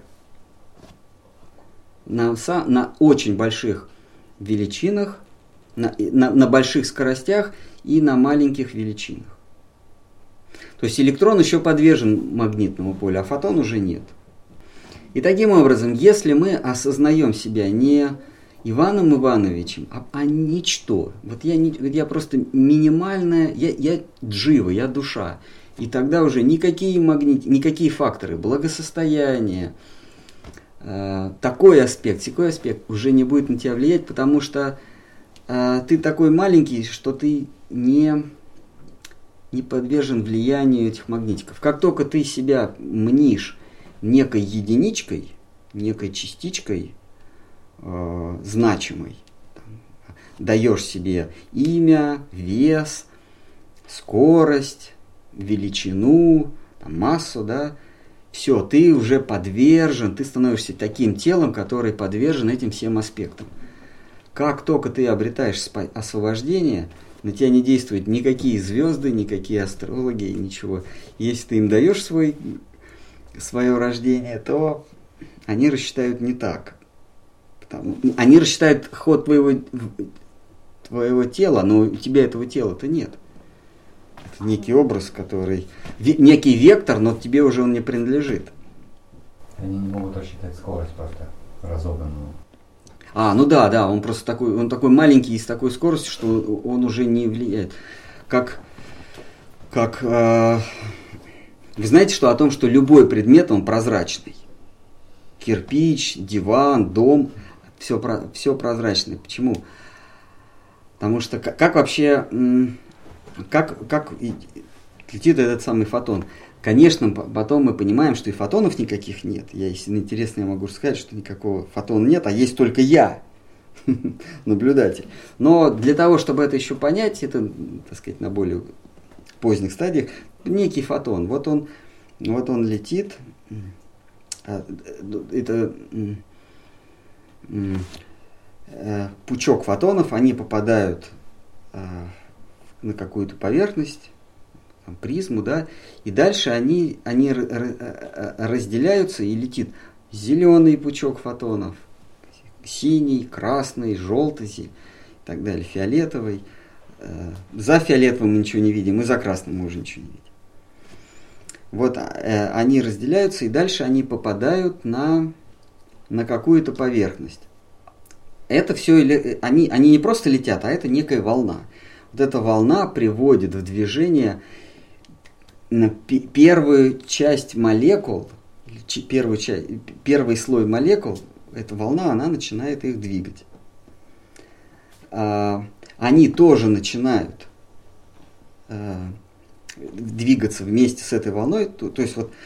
На очень больших величинах, на больших скоростях и на маленьких величинах. То есть электрон еще подвержен магнитному полю, а фотон уже нет. И таким образом, если мы осознаем себя не Иваном Ивановичем, а ничто, вот я просто минимальная, я джива, я душа, и тогда уже никакие факторы, благосостояние, такой аспект, сякой аспект уже не будет на тебя влиять, потому что ты такой маленький, что ты не подвержен влиянию этих магнитиков. Как только ты себя мнишь некой единичкой, некой частичкой значимой, даешь себе имя, вес, скорость, величину, массу, да, все, ты уже подвержен, ты становишься таким телом, который подвержен этим всем аспектам. Как только ты обретаешь освобождение, на тебя не действуют никакие звезды, никакие астрологи, ничего. Если ты им даешь свое рождение, то они рассчитают не так. Они рассчитают ход твоего тела, но у тебя этого тела-то нет. Это некий образ, который... Некий вектор, но тебе уже он не принадлежит. Они не могут рассчитать скорость просто разогнанную. Ну да, он просто такой маленький и с такой скоростью, что он уже не влияет. Вы знаете, что о том, что любой предмет, он прозрачный. Кирпич, диван, дом, все прозрачное. Почему? Потому что как вообще, как летит этот самый фотон? Конечно, потом мы понимаем, что и фотонов никаких нет. Если интересно, я могу сказать, что никакого фотона нет, а есть только я, наблюдатель. Но для того, чтобы это еще понять, это, так сказать, на более поздних стадиях, некий фотон. Вот он летит. Это пучок фотонов, они попадают на какую-то поверхность, призму, да, и дальше они разделяются, и летит зеленый пучок фотонов, синий, красный, желтый и так далее, фиолетовый. За фиолетовым мы ничего не видим, и за красным мы уже ничего не видим. Вот они разделяются, и дальше они попадают на какую-то поверхность. Это все, они не просто летят, а это некая волна. Вот эта волна приводит в движение первую часть молекул, первый слой молекул, эта волна, она начинает их двигать. Они тоже начинают двигаться вместе с этой волной. То есть вот,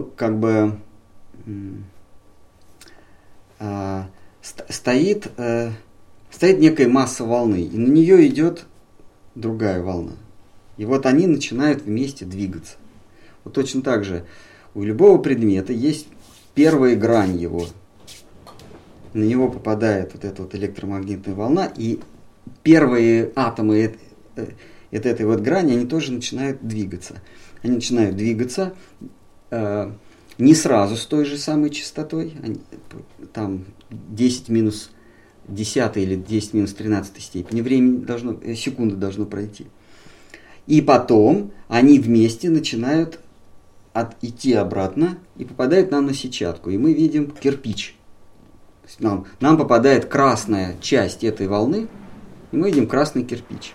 стоит некая масса волны, и на нее идет другая волна. И вот они начинают вместе двигаться. Вот точно так же у любого предмета есть первая грань его. На него попадает вот эта вот электромагнитная волна, и первые атомы этой вот грани, они тоже начинают двигаться. Они начинают двигаться не сразу с той же самой частотой, там 10 минус 10 или 10 минус 13 степени, секунды должно пройти. И потом они вместе начинают идти обратно и попадают нам на сетчатку. И мы видим кирпич. Нам попадает красная часть этой волны, и мы видим красный кирпич.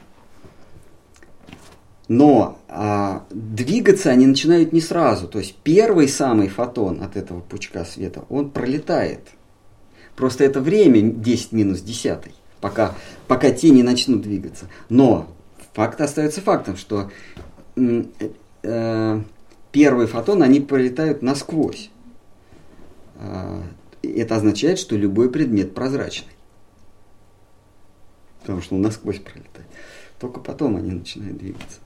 Но двигаться они начинают не сразу. То есть первый самый фотон от этого пучка света, он пролетает. Просто это время 10 минус 10, пока те не начнут двигаться. Но факт остается фактом, что первые фотоны, они пролетают насквозь. Это означает, что любой предмет прозрачный. Потому что он насквозь пролетает. Только потом они начинают двигаться.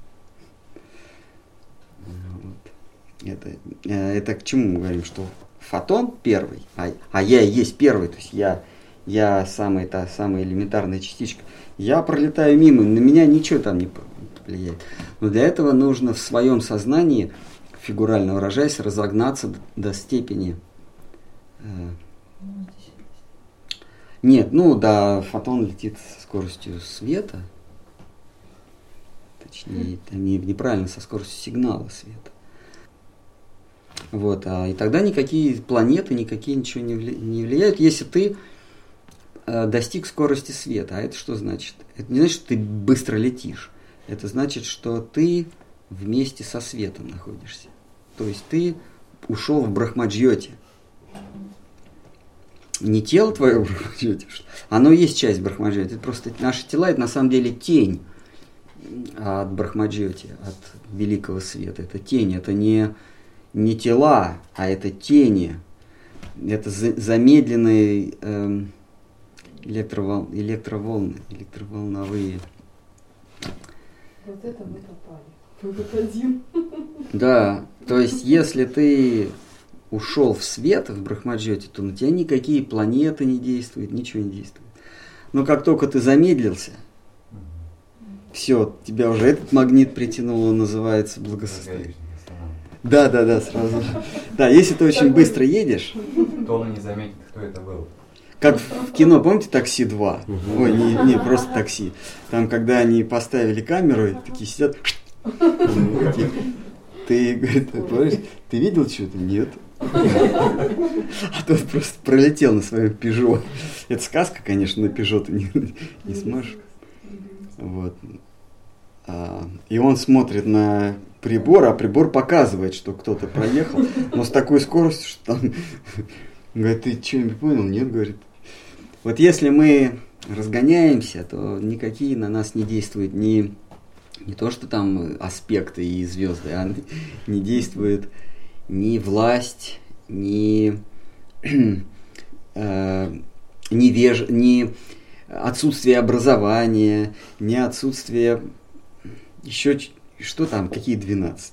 Вот. Это к чему мы говорим, что фотон первый, а я и есть первый, то есть я самая элементарная частичка. Я пролетаю мимо, на меня ничего там не влияет. Но для этого нужно в своем сознании, фигурально выражаясь, разогнаться до степени... фотон летит со скоростью света. Точнее, неправильно, со скоростью сигнала света. Вот, и тогда никакие планеты, ничего не влияют, если ты достиг скорости света. А это что значит? Это не значит, что ты быстро летишь. Это значит, что ты вместе со светом находишься. То есть ты ушел в Брахмаджьоти. Не тело твое в Брахмаджьоти, оно есть часть Брахмаджьоти. Это просто наши тела, это на самом деле тень от Брахмаджьоти, от великого света. Это тень, это не тела, а это тени. Это замедленные электроволновые. Вот это мы попали. Вывод один. Да, то есть если ты ушел в свет, в Брахмаджьоти, то на тебя никакие планеты не действуют, ничего не действует. Но как только ты замедлился, все, тебя уже этот магнит притянул, он называется благосостояние. Да, сразу. Да, если ты очень быстро едешь... То он не заметит, кто это был. Как в кино, помните, «Такси 2»? Ой, не просто «Такси». Там, когда они поставили камеру, и такие сидят... Ты, говорит, ты видел что-то? Нет. А тот просто пролетел на своем Пежо. Это сказка, конечно, на Пежо ты не сможешь. Вот. И он смотрит на прибор, а прибор показывает, что кто-то проехал, но с такой скоростью, что там... Говорит, ты что-нибудь понял? Нет, говорит. Вот если мы разгоняемся, то никакие на нас не действуют ни не то, что там аспекты и звезды, а не действует ни власть, ни отсутствие образования, ни отсутствие еще что там, какие 12?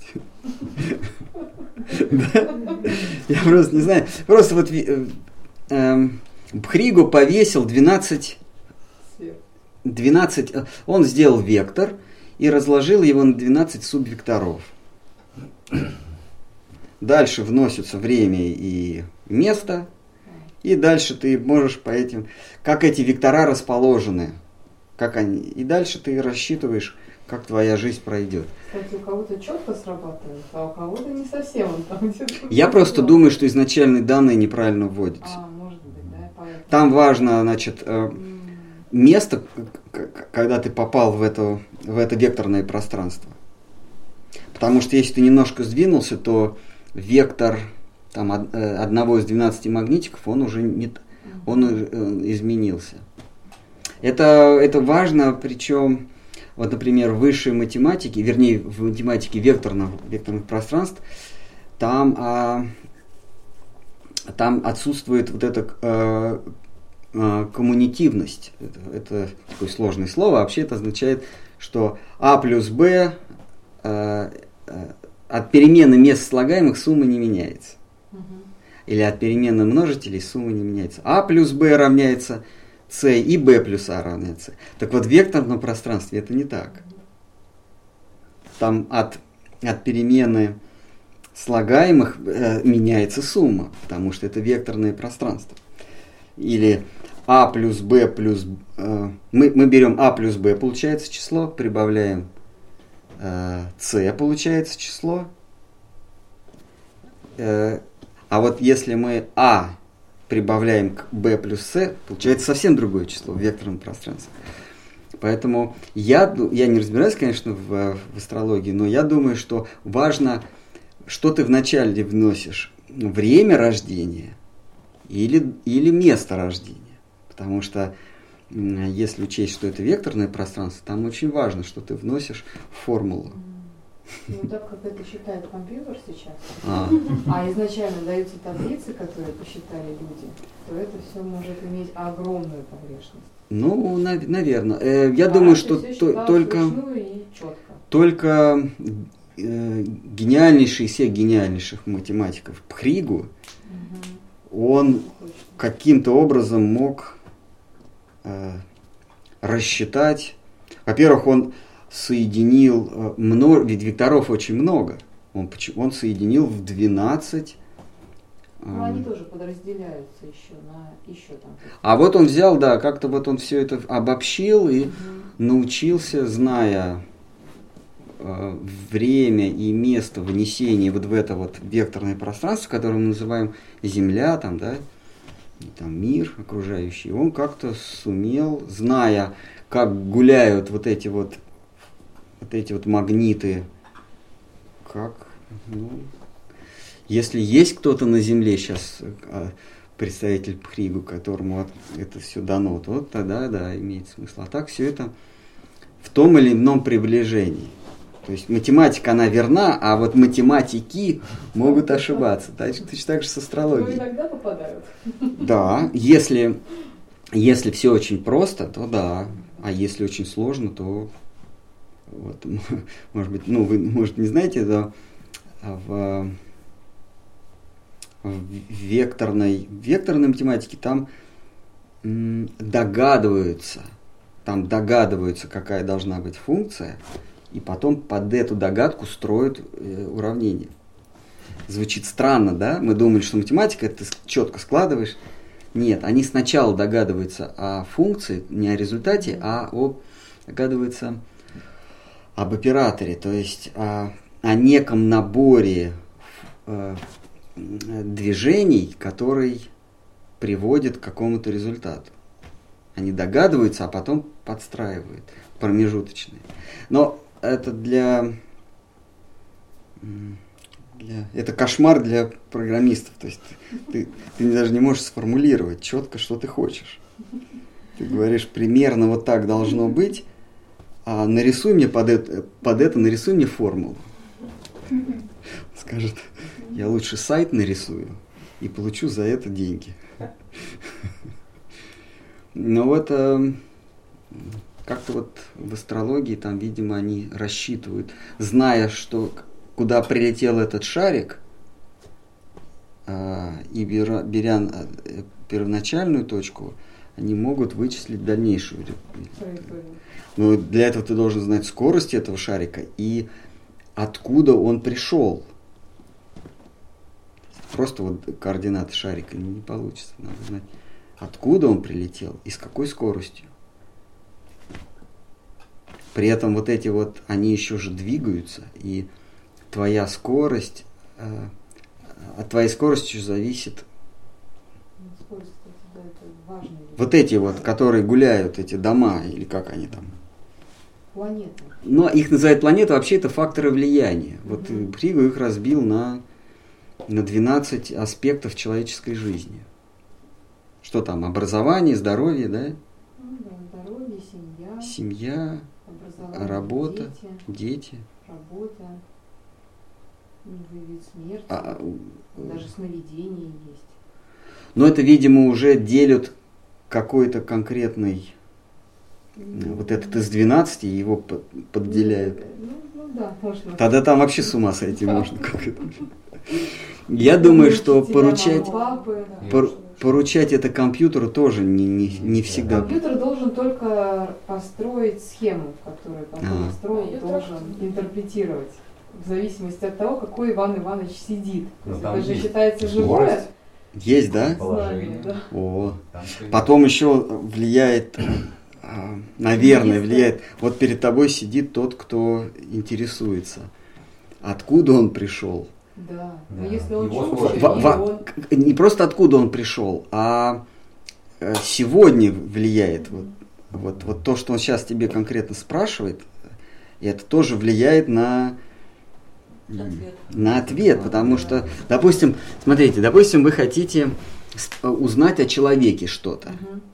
Я просто не знаю. Просто вот Бхригу повесил 12, он сделал вектор и разложил его на 12 субвекторов. Дальше вносится время и место, и дальше ты можешь по этим, как эти вектора расположены, как они, и дальше ты рассчитываешь, как твоя жизнь пройдет. Кстати, у кого-то четко срабатывает, а у кого-то не совсем. Он там где-то Я просто думаю, что изначальные данные неправильно вводятся. Может быть, да, поэтому. Там важно, значит, место, когда ты попал в это векторное пространство. Потому что если ты немножко сдвинулся, то вектор там, одного из 12 магнитиков, он уже изменился. Это важно, причем, вот, например, в высшей математике, вернее, в математике векторных пространств, там отсутствует вот эта коммунитивность. Это такое сложное слово. Вообще это означает, что А плюс Б от перемены мест слагаемых сумма не меняется. Или от перемены множителей сумма не меняется. А плюс Б равняется С, и Б плюс А равняется. Так вот, в векторном пространстве это не так. Там от перемены слагаемых меняется сумма, потому что это векторное пространство. Или А плюс Б плюс... мы берем А плюс Б, получается число, прибавляем С, получается число. А вот если мы А прибавляем к B плюс С, получается совсем другое число в векторном пространстве. Поэтому я не разбираюсь, конечно, в астрологии, но я думаю, что важно, что ты вначале вносишь: время рождения или место рождения. Потому что если учесть, что это векторное пространство, там очень важно, что ты вносишь в формулу. Ну, так как это считает компьютер сейчас, а изначально даются таблицы, которые посчитали люди, то это все может иметь огромную погрешность. Ну, наверное. Я думаю, что только гениальнейший из всех гениальнейших математиков Бхригу, он каким-то образом мог рассчитать. Во-первых, он соединил ведь векторов очень много. Он соединил в 12. Ну, они тоже подразделяются еще там. А вот он взял, да, как-то вот он все это обобщил и научился, зная время и место внесения вот в это вот векторное пространство, которое мы называем Земля, там, да, и там мир окружающий. Он как-то сумел, зная, как гуляют вот эти вот магниты, если есть кто-то на Земле сейчас, представитель Бхригу, которому это все дано, то тогда, да, имеет смысл. А так все это в том или ином приближении. То есть математика, она верна, а вот математики могут ошибаться. Точно так же с астрологией. Но иногда попадают. Да, если все очень просто, то да. А если очень сложно, то вот, может быть, вы, может, не знаете, но в векторной математике там догадываются, какая должна быть функция, и потом под эту догадку строят уравнение. Звучит странно, да? Мы думали, что математика это ты четко складываешь. Нет, они сначала догадываются о функции, не о результате, а догадываются об операторе, то есть о неком наборе движений, который приводит к какому-то результату. Они догадываются, а потом подстраивают промежуточные. Но это это кошмар для программистов. То есть ты даже не можешь сформулировать четко, что ты хочешь. Ты говоришь, примерно вот так должно быть, нарисуй мне под это нарисуй мне формулу. Скажет, я лучше сайт нарисую и получу за это деньги. Но вот как-то вот в астрологии там, видимо, они рассчитывают, зная, что куда прилетел этот шарик, и беря первоначальную точку, они могут вычислить дальнейшую. Но для этого ты должен знать скорость этого шарика и откуда он пришел. Просто вот координаты шарика не получится. Надо знать, откуда он прилетел и с какой скоростью. При этом вот эти вот, они еще же двигаются, и твоя скорость, от твоей скорости зависит Скорость, да, это важно. вот эти вот, которые гуляют, эти дома, или как они там. Планеты. Но их называют планеты, вообще это факторы влияния. Вот Хригу их разбил на 12 аспектов человеческой жизни. Что там? Образование, здоровье, да? Ну, да, здоровье, семья. Семья, Образование, работа, дети. Работа, вид смерти, даже сновидения есть. Но это, видимо, уже делят какой-то конкретный, вот этот из 12, его подделяют. Ну да, можно. Тогда там вообще с ума сойти можно. Я думаю, что поручать это компьютеру тоже не всегда. Компьютер должен только построить схему, которую потом настроить должен интерпретировать. В зависимости от того, какой Иван Иванович сидит. Это же считается живое. Есть, да? Знание, да. О. Потом еще влияет, наверное, влияет. Вот перед тобой сидит тот, кто интересуется. Откуда он пришел? Да. Но если он Не просто откуда он пришел, а сегодня влияет. Вот то, что он сейчас тебе конкретно спрашивает, и это тоже влияет на ответ, потому что, допустим, смотрите, вы хотите узнать о человеке что-то,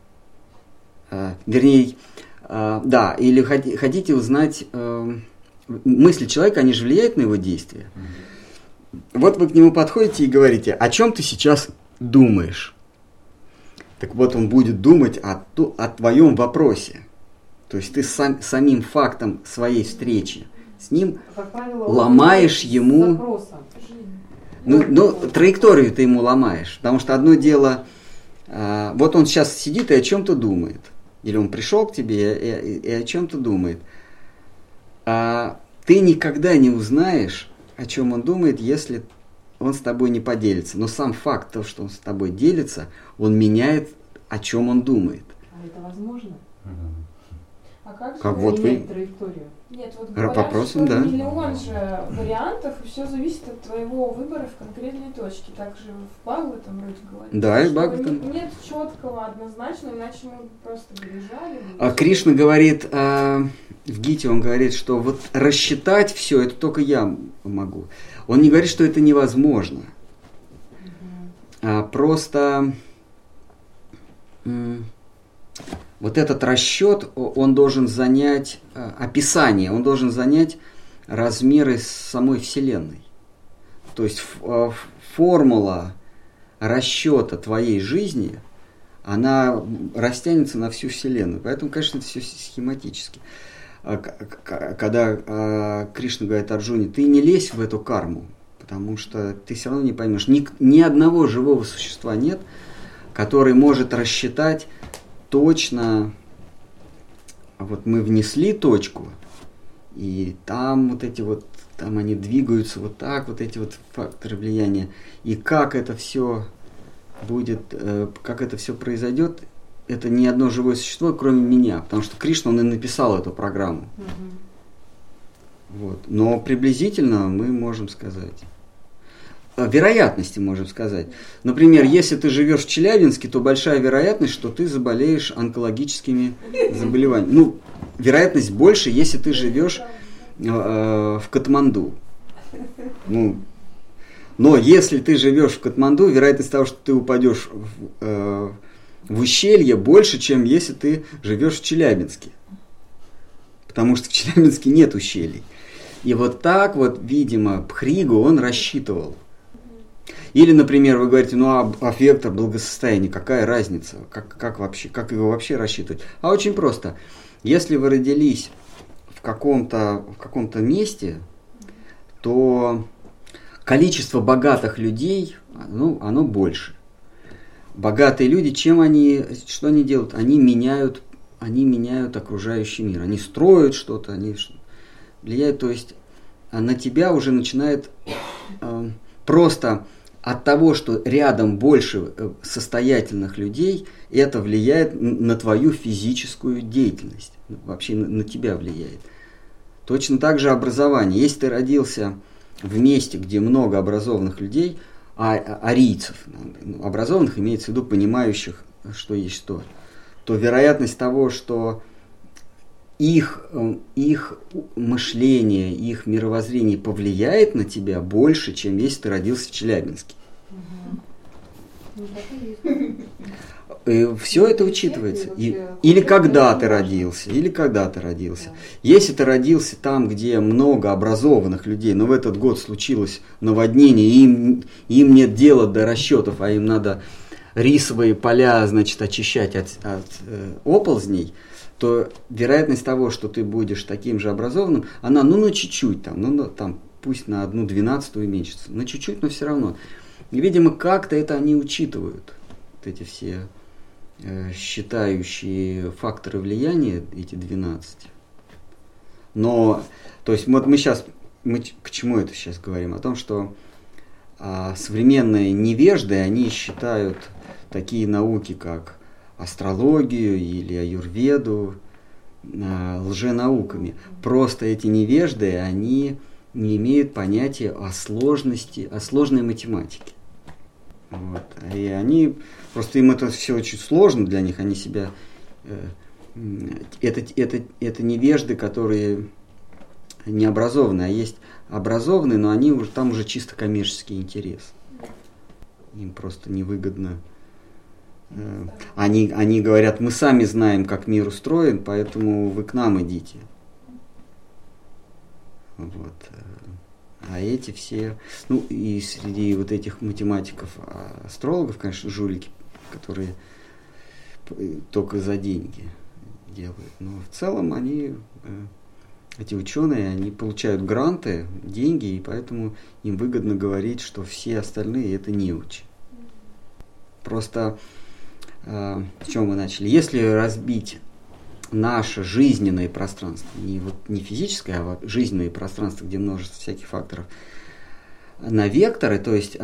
вернее, да, или хотите узнать мысли человека, они же влияют на его действия. Вот вы к нему подходите и говорите, о чем ты сейчас думаешь? Так вот, он будет думать о твоем вопросе. То есть ты самим фактом своей встречи с ним ломаешь ему, траекторию ты ему ломаешь. Потому что одно дело, вот он сейчас сидит и о чем-то думает. Или он пришел к тебе и о чем-то думает. А ты никогда не узнаешь, о чем он думает, если он с тобой не поделится. Но сам факт того, что он с тобой делится, он меняет, о чем он думает. А это возможно? А как же вот менять траекторию? Нет, вот говорят, вопросом, что да. миллион же вариантов, и все зависит от твоего выбора в конкретной точке. Также в Бхагаватам вроде говорится. Да, и Бхагаватам. Нет четкого, однозначного, иначе мы просто бежали. А Кришна говорит, в Гите он говорит, что вот рассчитать все, это только я могу. Он не говорит, что это невозможно. Просто вот этот расчет, он должен занять описание, он должен занять размеры самой Вселенной. То есть формула расчета твоей жизни, она растянется на всю Вселенную. Поэтому, конечно, это все схематически. Когда Кришна говорит Арджуне, ты не лезь в эту карму, потому что ты все равно не поймешь. Ни одного живого существа нет, который может рассчитать точно, вот мы внесли точку, и там вот эти вот, там они двигаются вот так, вот эти вот факторы влияния, и как это все будет, как это все произойдет, это ни одно живое существо, кроме меня, потому что Кришна, он и написал эту программу. Вот. Но приблизительно мы можем сказать. Вероятности можем сказать. Например, если ты живешь в Челябинске, то большая вероятность, что ты заболеешь онкологическими заболеваниями. Ну, вероятность больше, если ты живешь в Катманду. Ну, но если ты живешь в Катманду, вероятность того, что ты упадешь в ущелье, больше, чем если ты живешь в Челябинске. потому что в Челябинске нет ущелий. И вот так вот, видимо, Пхригу он рассчитывал. Или, например, вы говорите, а вектор благосостояния, какая разница, как его вообще рассчитывать? А очень просто. Если вы родились в каком-то месте, то количество богатых людей, оно больше. Богатые люди, что они делают? Они меняют окружающий мир. Они строят что-то, они влияют. То есть на тебя уже начинает просто от того, что рядом больше состоятельных людей, это влияет на твою физическую деятельность. Вообще на тебя влияет. Точно так же образование. Если ты родился в месте, где много образованных людей, арийцев, образованных имеется в виду понимающих, что есть что, то вероятность того, что их мышление, их мировоззрение повлияет на тебя больше, чем если ты родился в Челябинске. Все это учитывается. Или когда ты родился. Если ты родился там, где много образованных людей, но в этот год случилось наводнение, и им нет дела до расчетов, а им надо рисовые поля, очищать от оползней, то вероятность того, что ты будешь таким же образованным, она чуть-чуть, там, пусть на 1/12 уменьшится, на чуть-чуть, но все равно. И, видимо, как-то это они учитывают, вот эти все считающие факторы влияния, эти 12. Но, то есть, вот мы к чему это сейчас говорим? О том, что современные невежды, они считают такие науки, как астрологию или аюрведу, лженауками. Просто эти невежды, они не имеют понятия о сложной математике. Вот. И они, просто им это все очень сложно для них, они себя... Это невежды, которые не образованы, а есть образованные, но там уже чисто коммерческий интерес. Им просто невыгодно. Они говорят, мы сами знаем, как мир устроен, поэтому вы к нам идите. Вот. А эти все, и среди вот этих математиков, астрологов, конечно, жулики, которые только за деньги делают. Но в целом эти ученые, они получают гранты, деньги, и поэтому им выгодно говорить, что все остальные это неучи. Просто с чего мы начали? Если разбить наше жизненное пространство, не физическое, а жизненное пространство, где множество всяких факторов, на векторы, то есть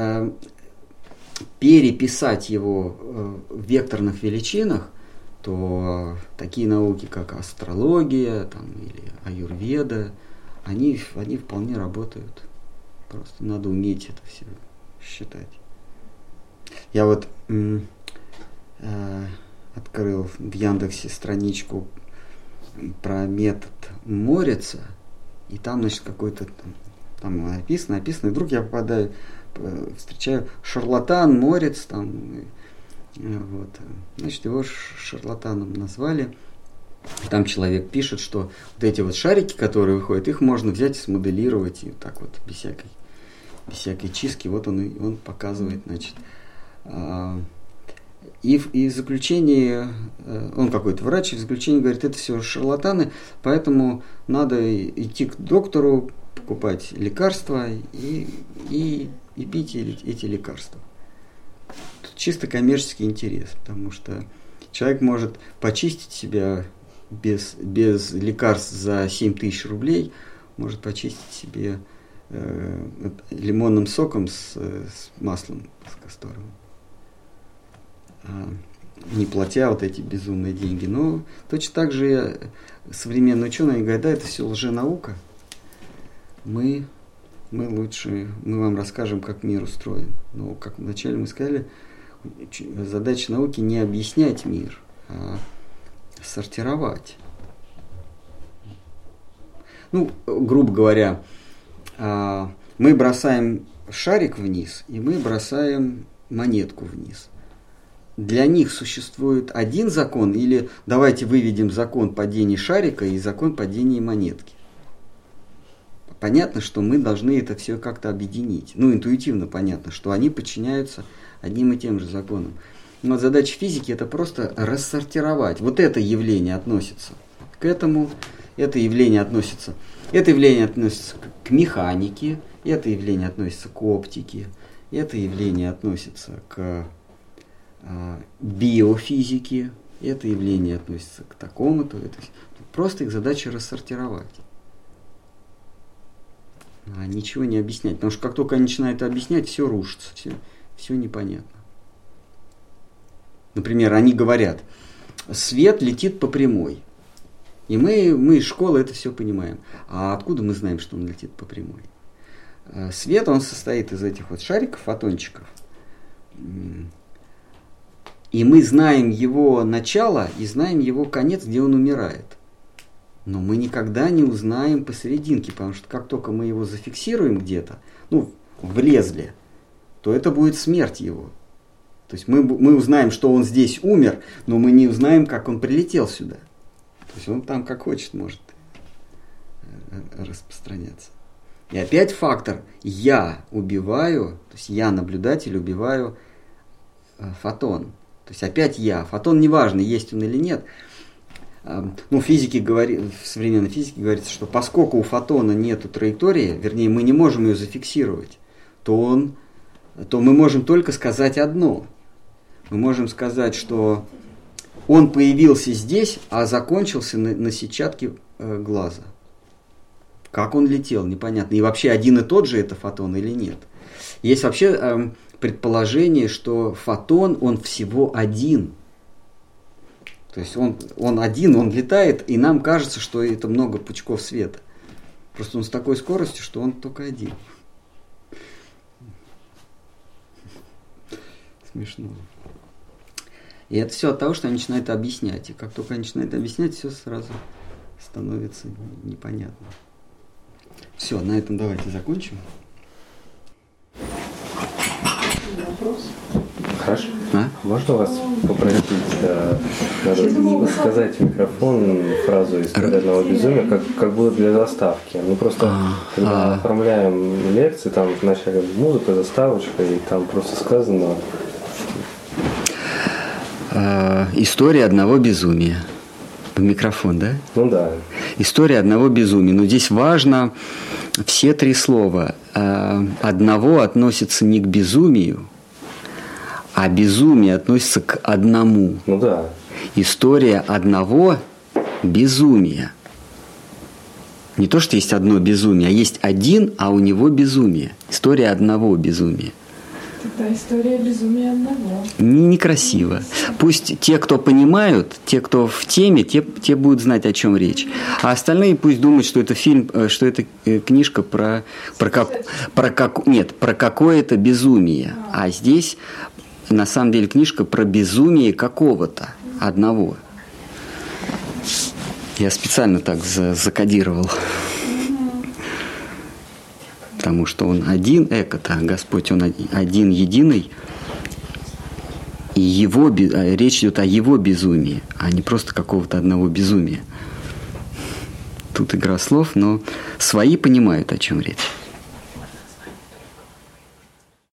переписать его в векторных величинах, то такие науки, как астрология или аюрведа, они вполне работают. Просто надо уметь это все считать. Я вот открыл в Яндексе страничку про метод Морица, и там, какой-то там написано, и вдруг я встречаю шарлатан Морец, вот, его шарлатаном назвали. Там человек пишет, что вот эти вот шарики, которые выходят, их можно взять и смоделировать, и так вот, без всякой чистки, вот он показывает, И в заключении, он какой-то врач, и в заключении говорит, это все шарлатаны, поэтому надо идти к доктору, покупать лекарства и пить эти лекарства. Тут чисто коммерческий интерес, потому что человек может почистить себя без лекарств за 7 тысяч рублей, может почистить себе лимонным соком с маслом, с касторовым. Не платя вот эти безумные деньги. Но точно так же современные ученые говорят, да, это все лженаука. Мы вам расскажем, как мир устроен. Но, как вначале мы сказали, задача науки не объяснять мир, а сортировать. Грубо говоря, мы бросаем шарик вниз, и мы бросаем монетку вниз. для них существует один закон, или давайте выведем закон падения шарика и закон падения монетки. Понятно, что мы должны это все как-то объединить. Ну, интуитивно понятно, что они подчиняются одним и тем же законам. Но задача физики – это просто рассортировать. Вот это явление относится к этому, это явление относится к механике, это явление относится к оптике, это явление относится к биофизике, это явление относится к такому-то. Просто их задача рассортировать. А ничего не объяснять. Потому что как только они начинают объяснять, все рушится, все непонятно. Например, они говорят, свет летит по прямой. И мы из школы это все понимаем. А откуда мы знаем, что он летит по прямой? Свет, он состоит из этих вот шариков, фотончиков. И мы знаем его начало и знаем его конец, где он умирает. Но мы никогда не узнаем посерединке, потому что как только мы его зафиксируем где-то, влезли, то это будет смерть его. То есть мы узнаем, что он здесь умер, но мы не узнаем, как он прилетел сюда. То есть он там как хочет может распространяться. И опять фактор «я убиваю», то есть я, наблюдатель, убиваю фотон. То есть опять я. Фотон неважно, есть он или нет. В современной физике говорится, что поскольку у фотона нету траектории, вернее, мы не можем ее зафиксировать, то мы можем только сказать одно. Мы можем сказать, что он появился здесь, а закончился на сетчатке глаза. Как он летел, непонятно. И вообще один и тот же это фотон или нет. Есть вообще предположение, что фотон, он всего один. То есть он один, он летает, и нам кажется, что это много пучков света. Просто он с такой скоростью, что он только один. Смешно. И это все от того, что они начинают объяснять. И как только они начинают объяснять, все сразу становится непонятно. Все, на этом давайте закончим. Вопрос? Хорошо. Можно вас попросить сказать в микрофон фразу из «Одного безумия», как было для заставки? Мы просто, когда оформляем лекции, там вначале музыка, заставочка, и там просто сказано... История одного безумия. В микрофон, да? Ну да. История одного безумия. Но здесь важно все три слова. Одного относится не к безумию, а безумие относится к одному. Ну да. История одного безумия. Не то, что есть одно безумие, а есть один, а у него безумие. История одного безумия. Тогда история безумия одного. Некрасиво. Пусть те, кто понимают, те, кто в теме, те будут знать, о чем речь. А остальные пусть думают, что это фильм, что это книжка про какое-то безумие. А здесь на самом деле книжка про безумие какого-то одного. Я специально так закодировал. Потому что он один, Господь, он один, единый, и речь идет о его безумии, а не просто какого-то одного безумия. Тут игра слов, но свои понимают, о чем речь.